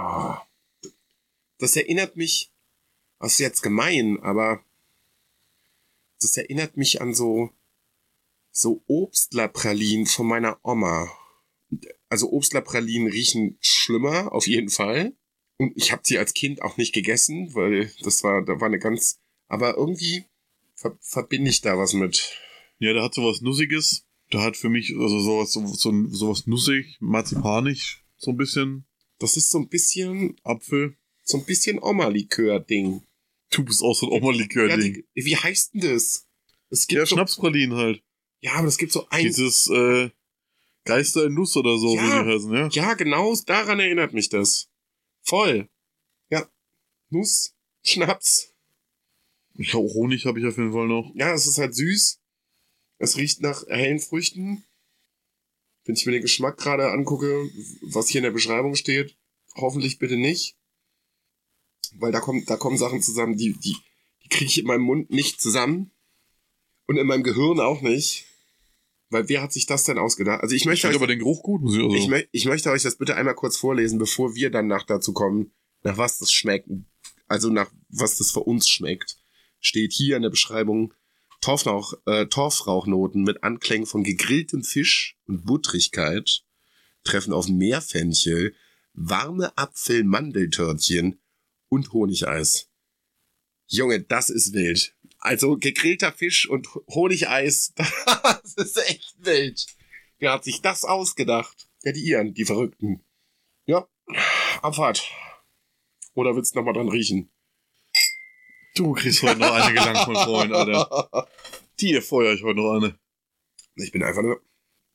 B: erinnert mich, das ist jetzt gemein, aber das erinnert mich an so Obstlerpralinen von meiner Oma. Also Obstlerpralinen riechen schlimmer, auf jeden Fall. Und ich habe sie als Kind auch nicht gegessen, weil da war eine ganz... Aber irgendwie verbinde ich da was mit.
C: Ja, der hat sowas Nussiges. Der hat für mich also sowas nussig, marzipanisch, so ein bisschen.
B: Das ist so ein bisschen...
C: Apfel.
B: So ein bisschen Oma-Likör-Ding.
C: Du bist auch so ein Oma-Likör-Ding.
B: Ja, wie heißt denn das?
C: Ja, Schnapspralinen halt.
B: Ja, aber es gibt so ein...
C: Dieses Geister in Nuss oder so,
B: ja,
C: wie die heißen, ja?
B: Ja, genau, daran erinnert mich das. Voll. Ja, Nuss, Schnaps.
C: Honig habe ich auf jeden Fall noch.
B: Ja, es ist halt süß. Es riecht nach hellen Früchten. Wenn ich mir den Geschmack gerade angucke, was hier in der Beschreibung steht, hoffentlich bitte nicht. Weil da kommen Sachen zusammen, die kriege ich in meinem Mund nicht zusammen. Und in meinem Gehirn auch nicht. Weil wer hat sich das denn ausgedacht? Also ich möchte
C: aber den Geruch gut, muss ich also.
B: Ich möchte euch das bitte einmal kurz vorlesen, bevor wir dann dazu kommen, nach was das schmeckt. Also nach was das für uns schmeckt. Steht hier in der Beschreibung Torfrauchnoten mit Anklängen von gegrilltem Fisch und Buttrigkeit treffen auf Meerfenchel, warme Apfel-Mandeltörtchen und Honigeis. Junge, das ist wild. Also gegrillter Fisch und Honigeis, das ist echt wild. Wer hat sich das ausgedacht? Ja, die Iren, die Verrückten. Ja, Abfahrt. Oder willst du noch mal dran riechen?
C: Du kriegst heute noch eine gelangt, mein Freund, Alter. Dir feuer ich heute noch eine.
B: Ich bin einfach nur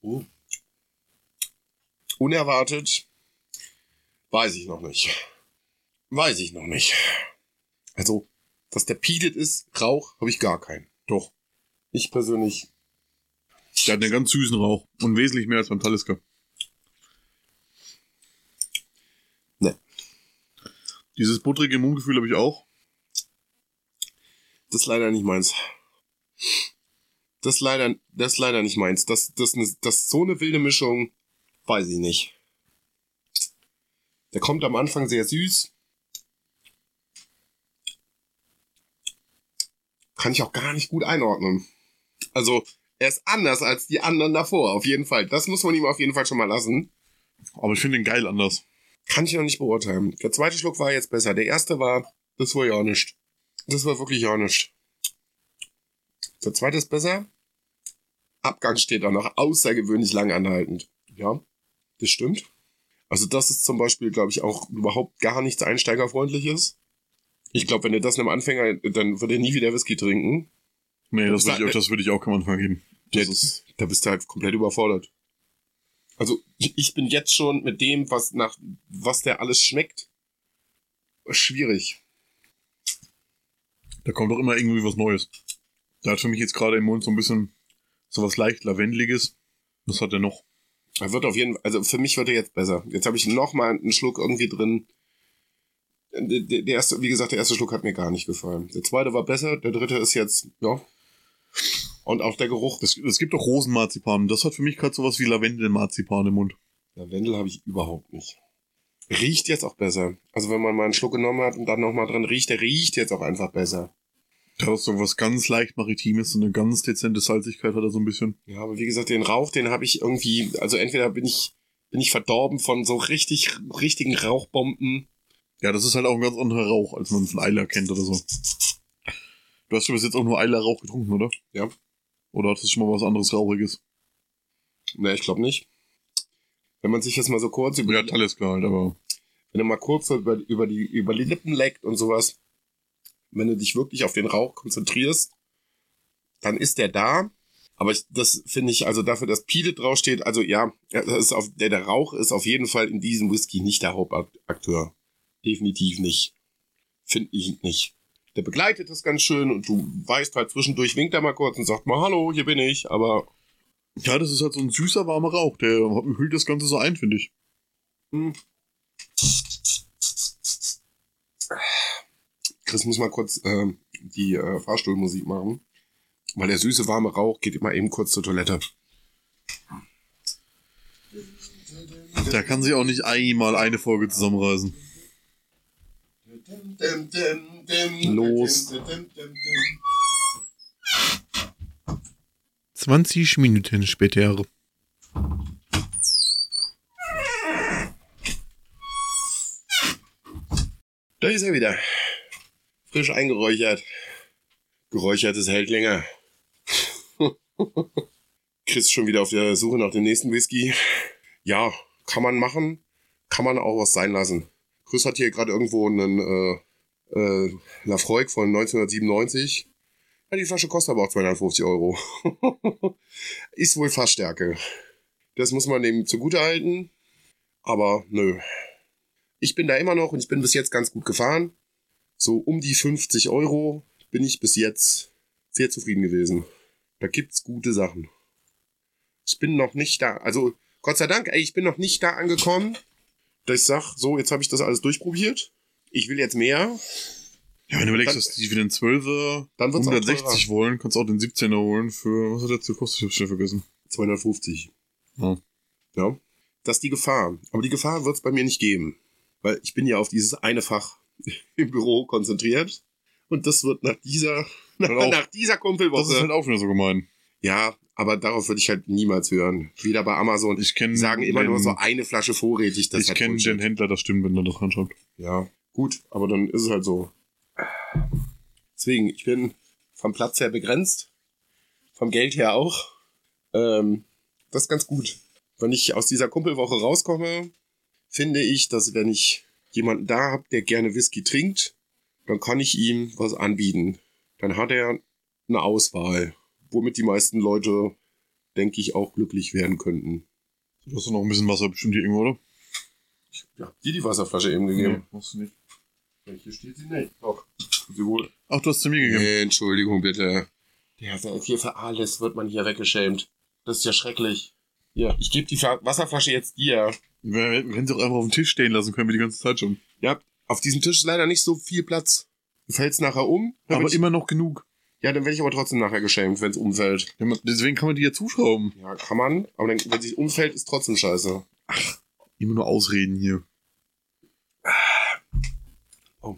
B: unerwartet. Weiß ich noch nicht. Also, dass der Peated ist, Rauch, habe ich gar keinen.
C: Doch.
B: Ich persönlich.
C: Der hat einen ganz süßen Rauch. Und wesentlich mehr als beim Talisker.
B: Ne.
C: Dieses buttrige Mundgefühl habe ich auch.
B: Das ist leider nicht meins. Das ist leider nicht meins. Das so eine wilde Mischung, weiß ich nicht. Der kommt am Anfang sehr süß. Kann ich auch gar nicht gut einordnen. Also, er ist anders als die anderen davor, auf jeden Fall. Das muss man ihm auf jeden Fall schon mal lassen.
C: Aber ich finde ihn geil anders.
B: Kann ich noch nicht beurteilen. Der zweite Schluck war jetzt besser. Der erste das war ja nicht. Das war wirklich ja nicht. Der zweite ist besser. Abgang steht da noch außergewöhnlich lang anhaltend. Ja, das stimmt. Also das ist zum Beispiel, glaube ich, auch überhaupt gar nichts Einsteigerfreundliches. Ich glaube, wenn du das einem Anfänger, dann würde er nie wieder Whisky trinken.
C: Nee, das würde ich auch keinem Anfang geben.
B: Da bist du halt komplett überfordert. Also ich bin jetzt schon mit dem, was der alles schmeckt, schwierig.
C: Da kommt doch immer irgendwie was Neues. Da hat für mich jetzt gerade im Mund so ein bisschen sowas leicht Lavendeliges. Was hat er noch?
B: Er wird auf jeden Fall, also für mich wird er jetzt besser. Jetzt habe ich noch mal einen Schluck irgendwie drin. Der erste, wie gesagt, der erste Schluck hat mir gar nicht gefallen. Der zweite war besser, der dritte ist jetzt, ja. Und auch der Geruch.
C: Es gibt doch Rosenmarzipan. Das hat für mich gerade sowas wie Lavendelmarzipan im Mund.
B: Lavendel habe ich überhaupt nicht. Riecht jetzt auch besser. Also wenn man mal einen Schluck genommen hat und dann nochmal dran riecht, der riecht jetzt auch einfach besser.
C: Da ist so was ganz leicht Maritimes, so eine ganz dezente Salzigkeit hat er so ein bisschen.
B: Ja, aber wie gesagt, den Rauch, den habe ich irgendwie, also entweder bin ich verdorben von so richtigen Rauchbomben.
C: Ja, das ist halt auch ein ganz anderer Rauch, als man von Eiler kennt oder so. Du hast bis jetzt auch nur Eiler-Rauch getrunken, oder?
B: Ja.
C: Oder hattest du schon mal was anderes Rauchiges?
B: Ne, ich glaube nicht. Wenn man sich jetzt mal so kurz
C: ja, Talisker halt, aber
B: wenn du mal kurz über die Lippen leckt und sowas, wenn du dich wirklich auf den Rauch konzentrierst, dann ist der da. Aber das finde ich, also dafür, dass Peated draufsteht, also ja, der Rauch ist auf jeden Fall in diesem Whisky nicht der Hauptakteur. Definitiv nicht. Finde ich nicht. Der begleitet das ganz schön und du weißt halt zwischendurch, winkt er mal kurz und sagt mal, hallo, hier bin ich, aber...
C: Ja, das ist halt so ein süßer, warmer Rauch, der hüllt das Ganze so ein, finde ich.
B: Chris muss mal kurz die Fahrstuhlmusik machen, weil der süße, warme Rauch geht immer eben kurz zur Toilette.
C: Da kann sich auch nicht einmal eine Folge zusammenreißen.
B: Los.
C: 20 Minuten später.
B: Da ist er wieder. Frisch eingeräuchert. Geräuchertes hält länger. Chris schon wieder auf der Suche nach dem nächsten Whisky. Ja, kann man machen. Kann man auch was sein lassen. Chris hat hier gerade irgendwo einen Lafroig von 1997. Ja, die Flasche kostet aber auch 250 €. Ist wohl Fassstärke. Das muss man dem zugute halten. Aber nö. Ich bin da immer noch und ich bin bis jetzt ganz gut gefahren. So um die 50 €. bin ich bis jetzt sehr zufrieden gewesen. Da gibt's gute Sachen. Ich bin noch nicht da, also Gott sei Dank, ich bin noch nicht da angekommen, dass ich sag, so, jetzt habe ich das alles durchprobiert. Ich will jetzt mehr.
C: Ja, wenn du überlegst, dass die für den 12er
B: Dann wird's auch
C: 160 wollen, kannst du auch den 17er holen für, was hat der zu gekostet? Ich hab's schon vergessen.
B: 250.
C: Ja.
B: Ja. Das ist die Gefahr. Aber die Gefahr wird's bei mir nicht geben. Weil ich bin ja auf dieses eine Fach im Büro konzentriert. Und das wird nach dieser Kumpelwoche.
C: Das ist halt auch wieder so gemein.
B: Ja, aber darauf würde ich halt niemals hören. Weder bei Amazon.
C: Ich kenne
B: Die sagen immer nur so eine Flasche vorrätig. Das
C: ich
B: halt
C: kenne
B: Bullshit.
C: den Händler, das stimmt, wenn er das ranschreibt.
B: Ja, gut, aber dann ist es halt so. Deswegen, ich bin vom Platz her begrenzt. Vom Geld her auch. Das ist ganz gut. Wenn ich aus dieser Kumpelwoche rauskomme, finde ich, dass wenn ich jemanden da habe, der gerne Whisky trinkt, dann kann ich ihm was anbieten. Dann hat er eine Auswahl, womit die meisten Leute, denke ich, auch glücklich werden könnten.
C: Du hast doch noch ein bisschen Wasser bestimmt hier irgendwo, oder?
B: Ich hab dir die Wasserflasche eben gegeben.
C: Nee, hast du nicht.
B: Hier steht sie nicht. Doch. Sie wohl.
C: Ach, du hast sie mir gegeben.
B: Entschuldigung, bitte. Ja, hier für alles wird man hier weggeschämt. Das ist ja schrecklich. Ja, ich gebe die Wasserflasche jetzt dir.
C: Wir hätten sie auch einfach auf dem Tisch stehen lassen können, wir die ganze Zeit schon.
B: Ja, auf diesem Tisch ist leider nicht so viel Platz. Du fällst nachher um.
C: Aber immer noch genug.
B: Ja, dann werde ich aber trotzdem nachher geschämt, wenn es umfällt.
C: Deswegen kann man die ja zuschrauben.
B: Ja, kann man. Aber dann, wenn sie umfällt, ist trotzdem scheiße.
C: Immer nur Ausreden hier.
B: Oh.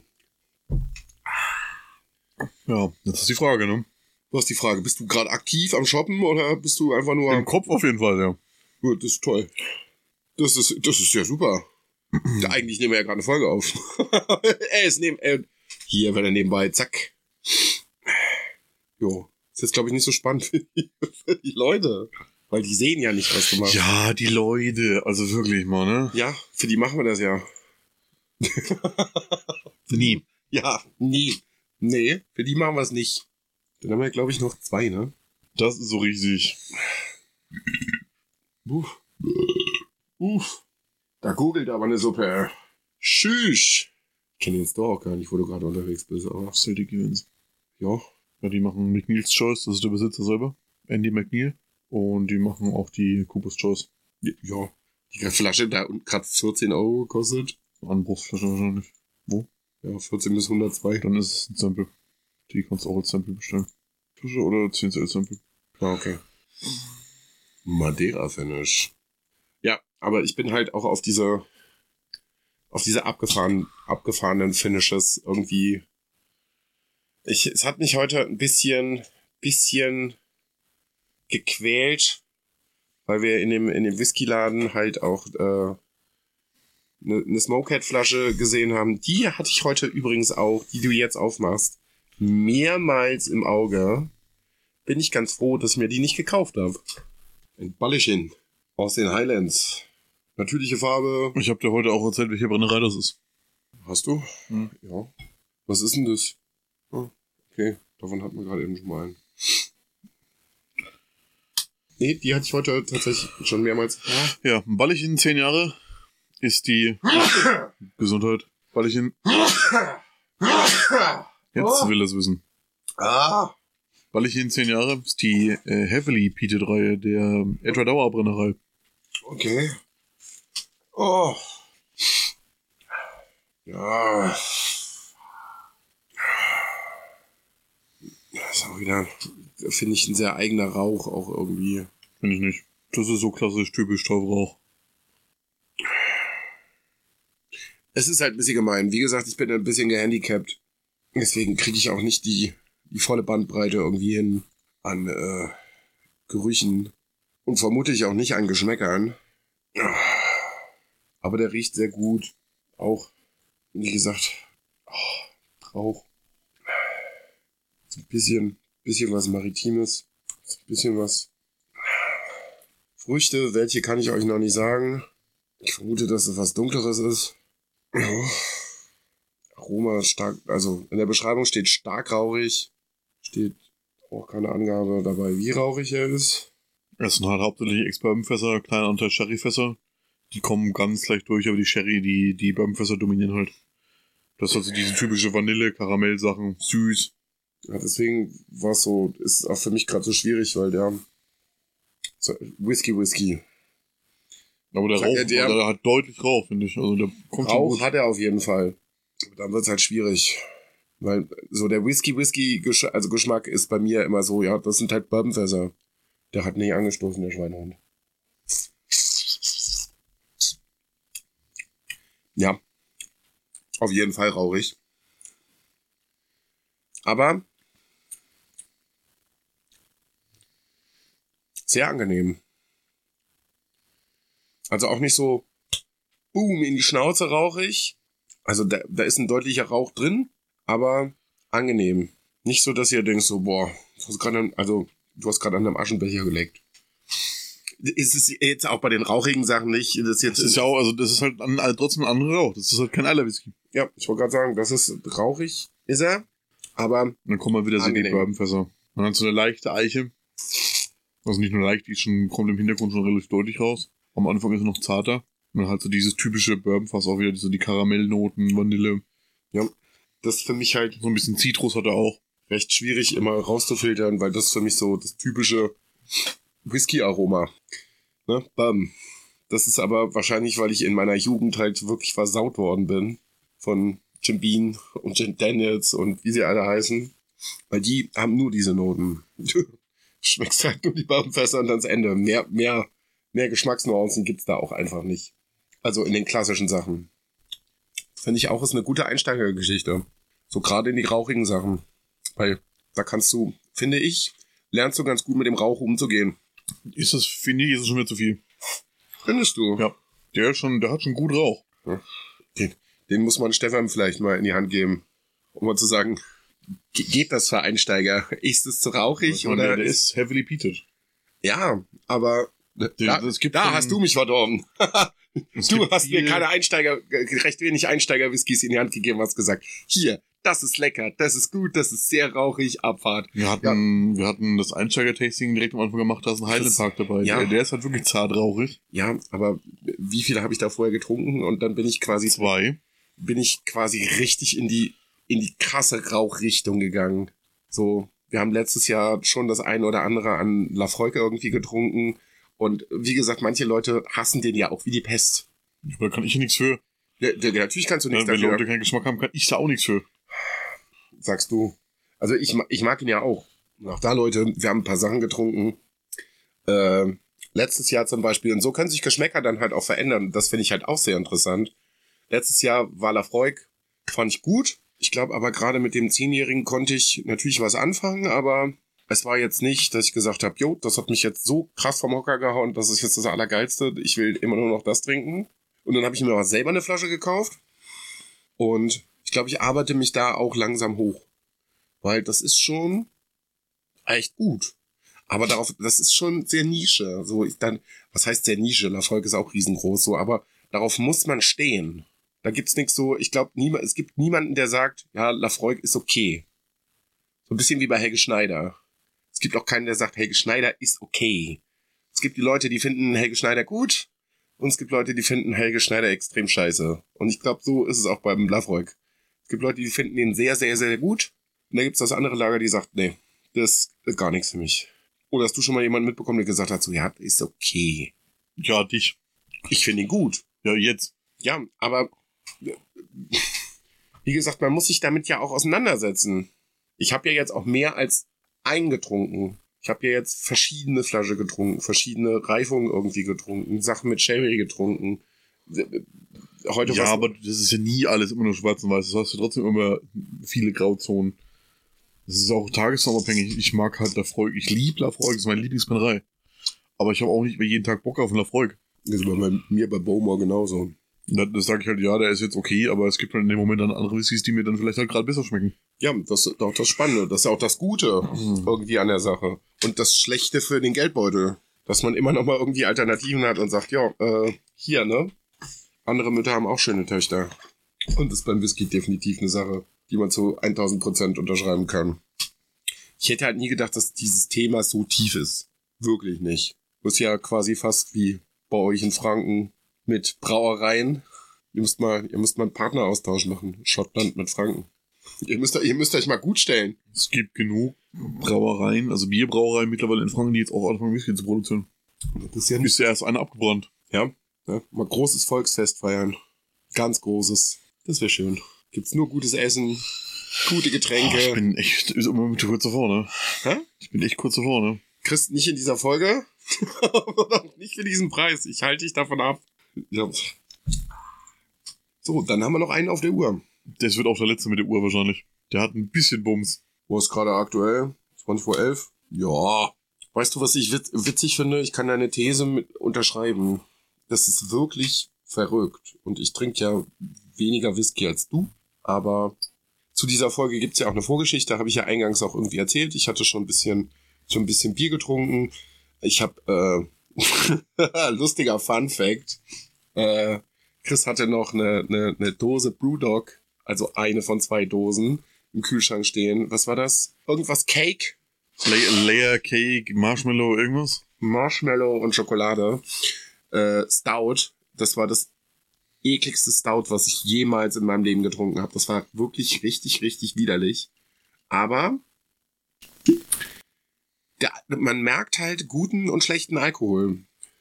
C: Ja, das ist die Frage, ne?
B: Du hast die Frage, bist du gerade aktiv am Shoppen oder bist du einfach nur...
C: Im Kopf auf jeden Fall, ja.
B: Gut, das ist toll. Das ist ja super. Eigentlich nehmen wir ja gerade eine Folge auf. Hier, wenn er nebenbei, zack. Jo, ist jetzt glaube ich nicht so spannend für die Leute. Weil die sehen ja nicht, was du machst.
C: Ja, die Leute, also wirklich mal, ne?
B: Ja, für die machen wir das ja.
C: Nie.
B: Ja, nie. Nee, für die machen wir es nicht. Dann haben wir, glaube ich, noch 2, ne?
C: Das ist so riesig.
B: Uff. Da googelt aber eine Suppe. Tschüss. Ich kenne den Store auch gar nicht, wo du gerade unterwegs bist, aber...
C: Celtic Events.
B: Ja.
C: Ja, die machen McNeil's Choice, das ist der Besitzer selber. Andy McNeil. Und die machen auch die Cooper's Choice.
B: Ja. Die Flasche da gerade 14 Euro gekostet.
C: Anbruchsflasche wahrscheinlich. Wo?
B: Ja, 14 bis 102.
C: Dann ist es ein Sample. Die kannst du auch als Sample bestellen. Flasche oder 10 Cent Sample.
B: Ah, okay. Madeira Finish. Ja, aber ich bin halt auch auf diese abgefahrenen Finishes irgendwie. Es hat mich heute ein bisschen gequält, weil wir in dem Whiskyladen halt auch eine Smokehead-Flasche gesehen haben. Die hatte ich heute übrigens auch, die du jetzt aufmachst, mehrmals im Auge. Bin ich ganz froh, dass ich mir die nicht gekauft habe. Ein Ballerchen aus den Highlands. Natürliche Farbe.
C: Ich habe dir heute auch erzählt, welche Brennerei das ist.
B: Hast du?
C: Hm.
B: Ja. Was ist denn das? Oh, okay, davon hatten wir gerade eben schon mal einen. Nee, die hatte ich heute tatsächlich schon mehrmals.
C: Ja, ein Ballerchen 10 Jahre ist die Gesundheit. Ballerchen. Jetzt will er es wissen.
B: Ah.
C: Ballerchen 10 Jahre ist die Heavily Peated Reihe der Edward Dauer Brennerei.
B: Okay. Oh. Ja. Das ist auch wieder, finde ich, ein sehr eigener Rauch auch irgendwie.
C: Finde ich nicht. Das ist so klassisch typisch Taubrauch.
B: Es ist halt ein bisschen gemein. Wie gesagt, ich bin ein bisschen gehandicapt. Deswegen kriege ich auch nicht die volle Bandbreite irgendwie hin an Gerüchen. Und vermutlich auch nicht an Geschmäckern. Aber der riecht sehr gut. Auch, wie gesagt, Rauch. So ein bisschen was Maritimes. So ein bisschen was. Früchte, welche kann ich euch noch nicht sagen. Ich vermute, dass es was Dunkleres ist. Aroma stark, also in der Beschreibung steht stark rauchig. Steht auch keine Angabe dabei, wie rauchig er ist.
C: Es sind halt hauptsächlich Ex-Bourbon-Fässer, kleiner Anteil Sherry-Fässer. Die kommen ganz leicht durch, aber die Sherry, die Bourbon-Fässer dominieren halt. Das ist also diese typische Vanille-Karamell-Sachen. Süß.
B: Ja, deswegen war es so, ist auch für mich gerade so schwierig, weil der Whisky.
C: Aber der Rauch, der hat deutlich Rauch, finde ich. Also der kommt schon
B: Rauch
C: gut.
B: hat er auf jeden Fall. Aber dann wird es halt schwierig. Weil so der Geschmack ist bei mir immer so, ja, das sind halt Bourbonfässer. Der hat nicht angestoßen, der Schweinehund. Ja, auf jeden Fall rauchig. Aber sehr angenehm. Also auch nicht so boom in die Schnauze rauchig. Also da ist ein deutlicher Rauch drin, aber angenehm. Nicht so, dass ihr denkt so, boah, du hast gerade an einem Aschenbecher geleckt. Ist es jetzt auch bei den rauchigen Sachen nicht? Das
C: ist ja auch, also das ist halt trotzdem ein anderer Rauch. Das ist halt kein Eiler-Whisky.
B: Ja, ich wollte gerade sagen, das ist rauchig, ist er, aber
C: und dann kommen wir wieder so in die Bourbonfässer. Dann hat so eine leichte Eiche. Also nicht nur leicht, die kommt im Hintergrund schon relativ deutlich raus. Am Anfang ist er noch zarter. Und dann halt so dieses typische Bourbonfass auch wieder, so die Karamellnoten, Vanille.
B: Ja, das ist für mich halt
C: so ein bisschen Zitrus hat er auch.
B: Recht schwierig immer rauszufiltern, weil das für mich so das typische Whisky-Aroma. Ne? Bam. Das ist aber wahrscheinlich, weil ich in meiner Jugend halt wirklich versaut worden bin von Jim Beam und Jim Daniels und wie sie alle heißen. Weil die haben nur diese Noten. Du schmeckst halt nur die Bourbonfässer und dann das Ende. Mehr Geschmacksnuancen gibt's da auch einfach nicht. Also in den klassischen Sachen. Finde ich auch, ist eine gute Einsteigergeschichte. So gerade in die rauchigen Sachen. Weil da kannst du, finde ich, lernst du ganz gut mit dem Rauch umzugehen.
C: Finde ich, ist es schon wieder zu viel.
B: Findest du?
C: Ja. Der hat schon gut Rauch.
B: Ja. Den muss man Stefan vielleicht mal in die Hand geben. Um mal zu sagen, geht das für Einsteiger? Ist es zu rauchig? Oder
C: der ist heavily peated.
B: Ja, aber da hast du mich verdorben. Du hast mir keine recht wenig Einsteiger-Whiskys in die Hand gegeben, hast gesagt, hier, das ist lecker, das ist gut, das ist sehr rauchig, Abfahrt.
C: Wir hatten das Einsteiger-Tasting direkt am Anfang gemacht, da ist ein Highland Park dabei. Ja. Der ist halt wirklich zart rauchig.
B: Ja, aber wie viele habe ich da vorher getrunken? Und dann bin ich quasi
C: 2.
B: Bin ich quasi richtig in die krasse Rauchrichtung gegangen. So, wir haben letztes Jahr schon das eine oder andere an Lafroig irgendwie getrunken. Und wie gesagt, manche Leute hassen den ja auch wie die Pest.
C: Da kann ich ja nichts für.
B: Natürlich kannst du nichts dafür.
C: Wenn Leute keinen Geschmack haben, kann ich da auch nichts für.
B: Sagst du. Also ich mag ihn ja auch. Und auch da, Leute, wir haben ein paar Sachen getrunken. Letztes Jahr zum Beispiel. Und so können sich Geschmäcker dann halt auch verändern. Das finde ich halt auch sehr interessant. Letztes Jahr war Lafroig, fand ich gut. Ich glaube aber gerade mit dem 10-Jährigen konnte ich natürlich was anfangen, aber es war jetzt nicht, dass ich gesagt habe, jo, das hat mich jetzt so krass vom Hocker gehauen, das ist jetzt das Allergeilste, ich will immer nur noch das trinken. Und dann habe ich mir mal selber eine Flasche gekauft und ich glaube, ich arbeite mich da auch langsam hoch, weil das ist schon echt gut. Aber das ist schon sehr Nische. Was heißt sehr Nische? Lafroig ist auch riesengroß, so, aber darauf muss man stehen. Da gibt's nichts so, ich glaube, es gibt niemanden, der sagt, ja, Lafroig ist okay. So ein bisschen wie bei Helge Schneider. Es gibt auch keinen, der sagt, Helge Schneider ist okay. Es gibt die Leute, die finden Helge Schneider gut und es gibt Leute, die finden Helge Schneider extrem scheiße. Und ich glaube, so ist es auch beim Lafroig. Es gibt Leute, die finden ihn sehr, sehr, sehr gut und da gibt's das andere Lager, die sagt, nee, das ist gar nichts für mich. Oder hast du schon mal jemanden mitbekommen, der gesagt hat, so, ja, ist okay.
C: Ja, dich.
B: Ich finde ihn gut.
C: Ja, jetzt.
B: Ja, aber wie gesagt, man muss sich damit ja auch auseinandersetzen. Ich habe ja jetzt auch mehr als eingetrunken. Ich habe ja jetzt verschiedene Flaschen getrunken, verschiedene Reifungen irgendwie getrunken, Sachen mit Sherry getrunken.
C: Aber das ist ja nie alles immer nur schwarz und weiß. Das hast du trotzdem immer viele Grauzonen. Das ist auch tagesformabhängig. Ich mag halt Lafroig. Ich liebe Lafroig. Das ist meine Lieblingsbrennerei. Aber ich habe auch nicht mehr jeden Tag Bock auf einen Lafroig.
B: Das ist bei mir bei Bowmore genauso.
C: Das sage ich halt, ja, der ist jetzt okay, aber es gibt halt in dem Moment dann andere Whiskys, die mir dann vielleicht halt gerade besser schmecken.
B: Ja, das ist auch das Spannende. Das ist ja auch das Gute irgendwie an der Sache. Und das Schlechte für den Geldbeutel. Dass man immer noch mal irgendwie Alternativen hat und sagt, ja, hier, ne? Andere Mütter haben auch schöne Töchter. Und das ist beim Whisky definitiv eine Sache, die man zu 1000% unterschreiben kann. Ich hätte halt nie gedacht, dass dieses Thema so tief ist. Wirklich nicht. Das ist ja quasi fast wie bei euch in Franken mit Brauereien. Ihr müsst mal einen Partneraustausch machen. Schottland mit Franken. Ihr müsst euch mal gut stellen.
C: Es gibt genug Brauereien, also Bierbrauereien mittlerweile in Franken, die jetzt auch anfangen, Whisky zu produzieren.
B: Das ist ja
C: Ist ja erst einer abgebrannt.
B: Ja, mal großes Volksfest feiern. Ganz großes. Das wäre schön. Gibt's nur gutes Essen, gute Getränke.
C: Ich bin echt immer mit kurz davor, ne?
B: Hä?
C: Ich bin echt kurz davor, ne?
B: Kriegst nicht in dieser Folge. Und auch nicht für diesen Preis. Ich halte dich davon ab. Ja. So, dann haben wir noch einen auf der Uhr.
C: Das wird auch der letzte mit der Uhr wahrscheinlich. Der hat ein bisschen Bums.
B: Wo ist gerade aktuell? 20:11? Ja. Weißt du, was ich witzig finde? Ich kann deine These mit unterschreiben. Das ist wirklich verrückt. Und ich trinke ja weniger Whisky als du. Aber zu dieser Folge gibt's ja auch eine Vorgeschichte. Habe ich ja eingangs auch irgendwie erzählt. Ich hatte schon ein bisschen Bier getrunken. Ich habe, lustiger Fun Fact. Chris hatte noch eine Dose Brewdog, also eine von 2 Dosen im Kühlschrank stehen. Was war das? Irgendwas Cake?
C: Layer Cake, Marshmallow, irgendwas?
B: Marshmallow und Schokolade. Stout. Das war das ekligste Stout, was ich jemals in meinem Leben getrunken habe. Das war wirklich richtig, richtig widerlich. Aber man merkt halt guten und schlechten Alkohol.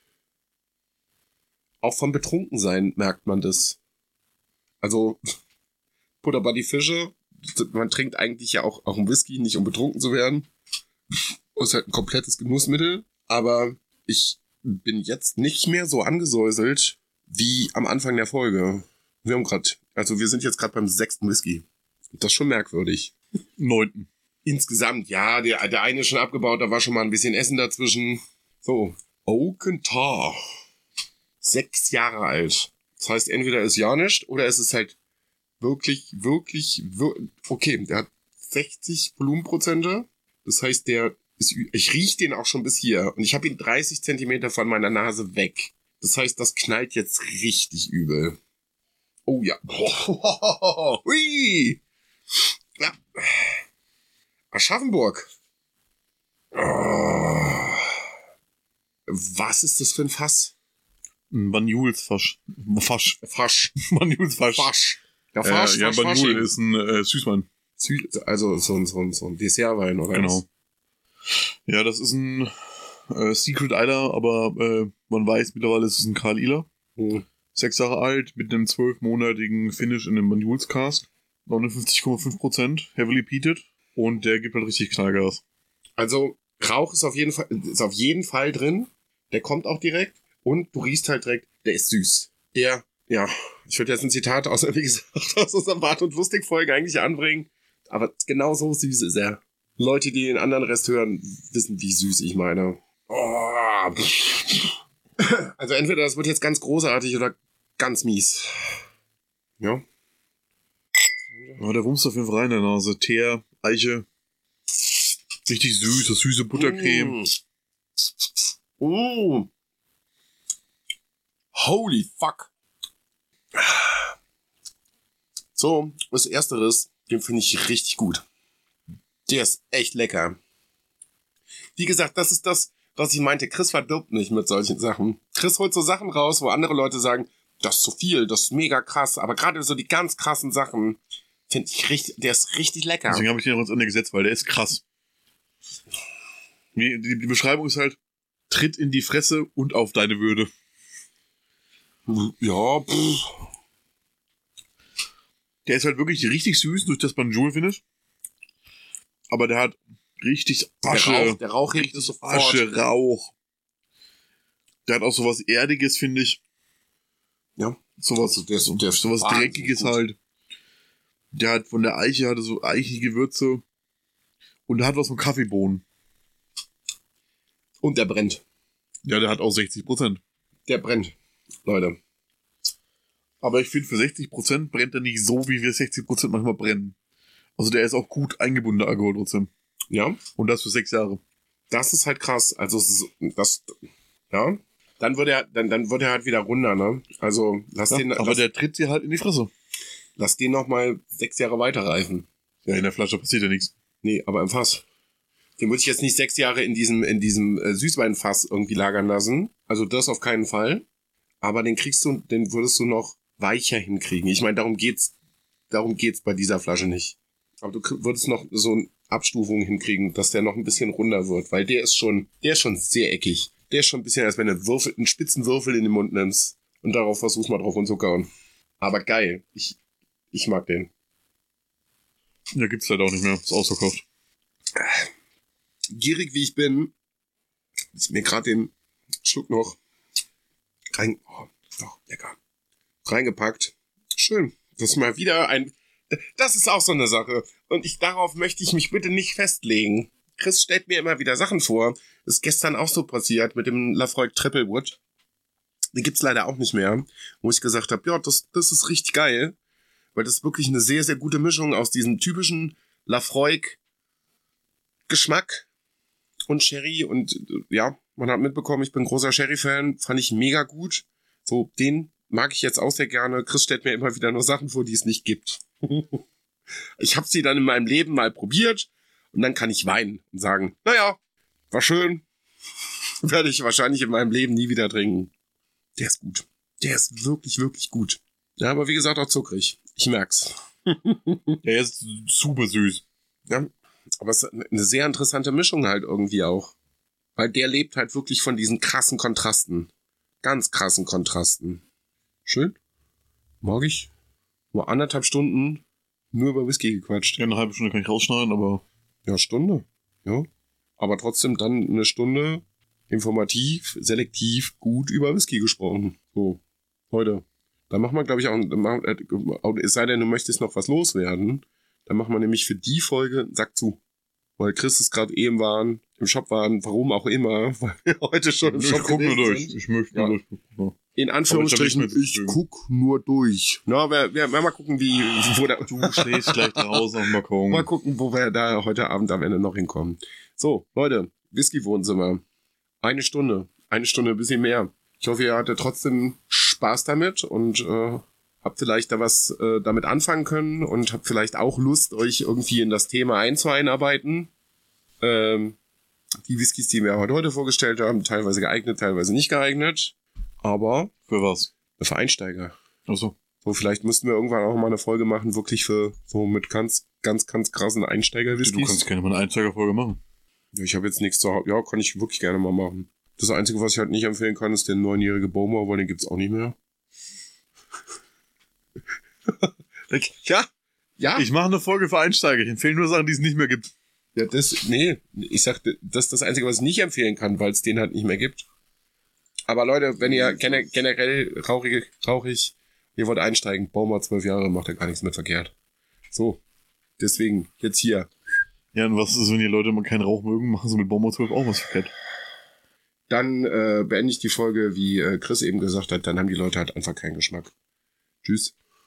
B: Auch vom Betrunkensein merkt man das. Also, Butter bei die Fische. Man trinkt eigentlich ja auch einen Whisky, nicht um betrunken zu werden. Das ist halt ein komplettes Genussmittel. Aber ich bin jetzt nicht mehr so angesäuselt wie am Anfang der Folge. Wir sind jetzt gerade beim 6. Whisky. Das ist schon merkwürdig.
C: 9.
B: Insgesamt, ja, der eine ist schon abgebaut, da war schon mal ein bisschen Essen dazwischen. So, Oaken Tar. 6 Jahre alt. Das heißt, entweder ist ja nicht oder es ist halt wirklich, okay, der hat 60 Volumenprozente. Das heißt, ich rieche den auch schon bis hier. Und ich habe ihn 30 Zentimeter von meiner Nase weg. Das heißt, das knallt jetzt richtig übel. Oh ja. Hui. Ja. Aschaffenburg. Oh. Was ist das für ein Fass?
C: Ein Banjuls Fasch.
B: Fasch.
C: Banjuls Fasch.
B: Fasch. Ja, Fasch.
C: Ja, Banjul ist ein Süßwein.
B: Also so ein Dessertwein, oder?
C: Genau.
B: Was?
C: Ja, das ist ein Secret Eiler, aber man weiß mittlerweile, es ist ein Karl Ihler. 6 Jahre alt, mit einem 12-monatigen Finish in einem Banjuls Cask. 59,5%, heavily peated. Und der gibt halt richtig Knallgas.
B: Also, Rauch ist auf jeden Fall drin. Der kommt auch direkt. Und du riechst halt direkt, der ist süß. Ich würde jetzt ein Zitat aus unserer Bart- und Lustig-Folge eigentlich anbringen. Aber genau so süß ist er. Leute, die den anderen Rest hören, wissen, wie süß ich meine. Oh. Also entweder das wird jetzt ganz großartig oder ganz mies. Ja.
C: Ja, der rumst auf jeden Fall rein in der Nase. Teer, Eiche. Richtig süß, das süße Buttercreme.
B: Holy fuck. So, das Ersteres, den finde ich richtig gut. Der ist echt lecker. Wie gesagt, das ist das, was ich meinte. Chris verdirbt nicht mit solchen Sachen. Chris holt so Sachen raus, wo andere Leute sagen, das ist zu viel, das ist mega krass. Aber gerade so die ganz krassen Sachen, finde ich richtig, der ist richtig lecker.
C: Deswegen habe ich den noch ins Ende gesetzt, weil der ist krass. Die Beschreibung ist halt, tritt in die Fresse und auf deine Würde.
B: Ja,
C: Der ist halt wirklich richtig süß durch das Banjul-Finish. Aber der hat richtig Asche.
B: Der Rauch hebt es sofort.
C: Asche, Rauch. Der hat auch sowas Erdiges, finde ich.
B: Ja.
C: Sowas Dreckiges
B: gut.
C: halt. Der hat von der Eiche hatte so eichige Würze. Und der hat was von Kaffeebohnen.
B: Und der brennt.
C: Ja, der hat auch 60%.
B: Der brennt, Leute.
C: Aber ich finde, für 60% brennt er nicht so, wie wir 60% manchmal brennen. Also der ist auch gut eingebunden, der Alkohol trotzdem.
B: Ja.
C: Und das für 6 Jahre.
B: Das ist halt krass. Also ja. Dann wird er halt wieder runder, ne? Also
C: Der tritt dir halt in die Fresse.
B: Lass den noch mal 6 Jahre weiter reifen.
C: Ja, in der Flasche passiert ja nichts.
B: Nee, aber im Fass. Den würde ich jetzt nicht 6 Jahre in diesem Süßweinfass irgendwie lagern lassen. Also das auf keinen Fall. Aber den würdest du noch weicher hinkriegen. Ich meine, darum geht's bei dieser Flasche nicht. Aber du würdest noch so eine Abstufung hinkriegen, dass der noch ein bisschen runder wird, weil der ist schon sehr eckig. Der ist schon ein bisschen, als wenn du einen spitzen Würfel in den Mund nimmst und darauf versuchst mal drauf rumzukauen. Aber geil. Ich mag den.
C: Ja, gibt's leider auch nicht mehr. Ist ausverkauft.
B: Gierig wie ich bin, ist mir gerade den Schluck noch lecker. Reingepackt. Schön. Das ist mal wieder das ist auch so eine Sache. Und darauf möchte ich mich bitte nicht festlegen. Chris stellt mir immer wieder Sachen vor. Ist gestern auch so passiert mit dem Lafroig Triplewood. Den gibt's leider auch nicht mehr. Wo ich gesagt habe, ja, das ist richtig geil. Weil das ist wirklich eine sehr, sehr gute Mischung aus diesem typischen Lafroig Geschmack und Sherry. Und ja, man hat mitbekommen, ich bin großer Sherry-Fan. Fand ich mega gut. So, den mag ich jetzt auch sehr gerne. Chris stellt mir immer wieder nur Sachen vor, die es nicht gibt. Ich habe sie dann in meinem Leben mal probiert und dann kann ich weinen und sagen, naja, war schön. Werde ich wahrscheinlich in meinem Leben nie wieder trinken. Der ist gut. Der ist wirklich, wirklich gut. Ja, aber wie gesagt auch zuckrig. Ich merk's.
C: Der ist super süß.
B: Ja, aber es ist eine sehr interessante Mischung halt irgendwie auch. Weil der lebt halt wirklich von diesen krassen Kontrasten. Ganz krassen Kontrasten. Schön. Mag ich. Nur 1,5 Stunden nur über Whisky gequatscht.
C: Ja, eine halbe Stunde kann ich rausschneiden, aber...
B: Ja, Stunde. Ja. Aber trotzdem dann eine Stunde informativ, selektiv, gut über Whisky gesprochen. So. Heute. Da machen wir, glaube ich, auch, es sei denn, du möchtest noch was loswerden, dann machen wir nämlich für die Folge einen Sack zu. Weil Chris ist gerade im Shop waren, warum auch immer, weil wir heute schon im Shop
C: guck nur durch.
B: sind.
C: Ich möchte nur durch.
B: In Anführungsstrichen, ich guck nur durch. Na, wir mal gucken, wo der...
C: Du schläfst gleich draußen auf dem Balkon.
B: Mal gucken, wo wir da heute Abend am Ende noch hinkommen. So, Leute, Whisky-Wohnzimmer. 1 Stunde. 1 Stunde, ein bisschen mehr. Ich hoffe, ihr hattet trotzdem Spaß damit und habt vielleicht da was damit anfangen können und habt vielleicht auch Lust, euch irgendwie in das Thema einzuarbeiten. Die Whiskys, die wir heute vorgestellt haben, teilweise geeignet, teilweise nicht geeignet. Aber
C: für was?
B: Für Einsteiger.
C: Ach so.
B: So, vielleicht müssten wir irgendwann auch mal eine Folge machen, wirklich für so mit ganz, ganz, ganz krassen Einsteiger-Whiskys.
C: Du kannst gerne mal eine Einsteigerfolge machen.
B: Ja, ich habe jetzt nichts zu Hause. Ja, kann ich wirklich gerne mal machen. Das Einzige, was ich halt nicht empfehlen kann, ist der 9-jährige Bowmer, weil den gibt's auch nicht mehr. Ja.
C: Ich mache eine Folge für Einsteiger. Ich empfehle nur Sachen, die es nicht mehr gibt.
B: Ja, ich sag, das ist das Einzige, was ich nicht empfehlen kann, weil es den halt nicht mehr gibt. Aber Leute, wenn ihr generell rauchig, ihr wollt einsteigen, Bowmer 12 Jahre, macht ja gar nichts mit verkehrt. So, deswegen, jetzt hier.
C: Ja, und was ist, wenn die Leute mal keinen Rauch mögen, machen sie mit Bowmer 12 auch was verkehrt.
B: Dann beende ich die Folge, wie Chris eben gesagt hat, dann haben die Leute halt einfach keinen Geschmack. Tschüss.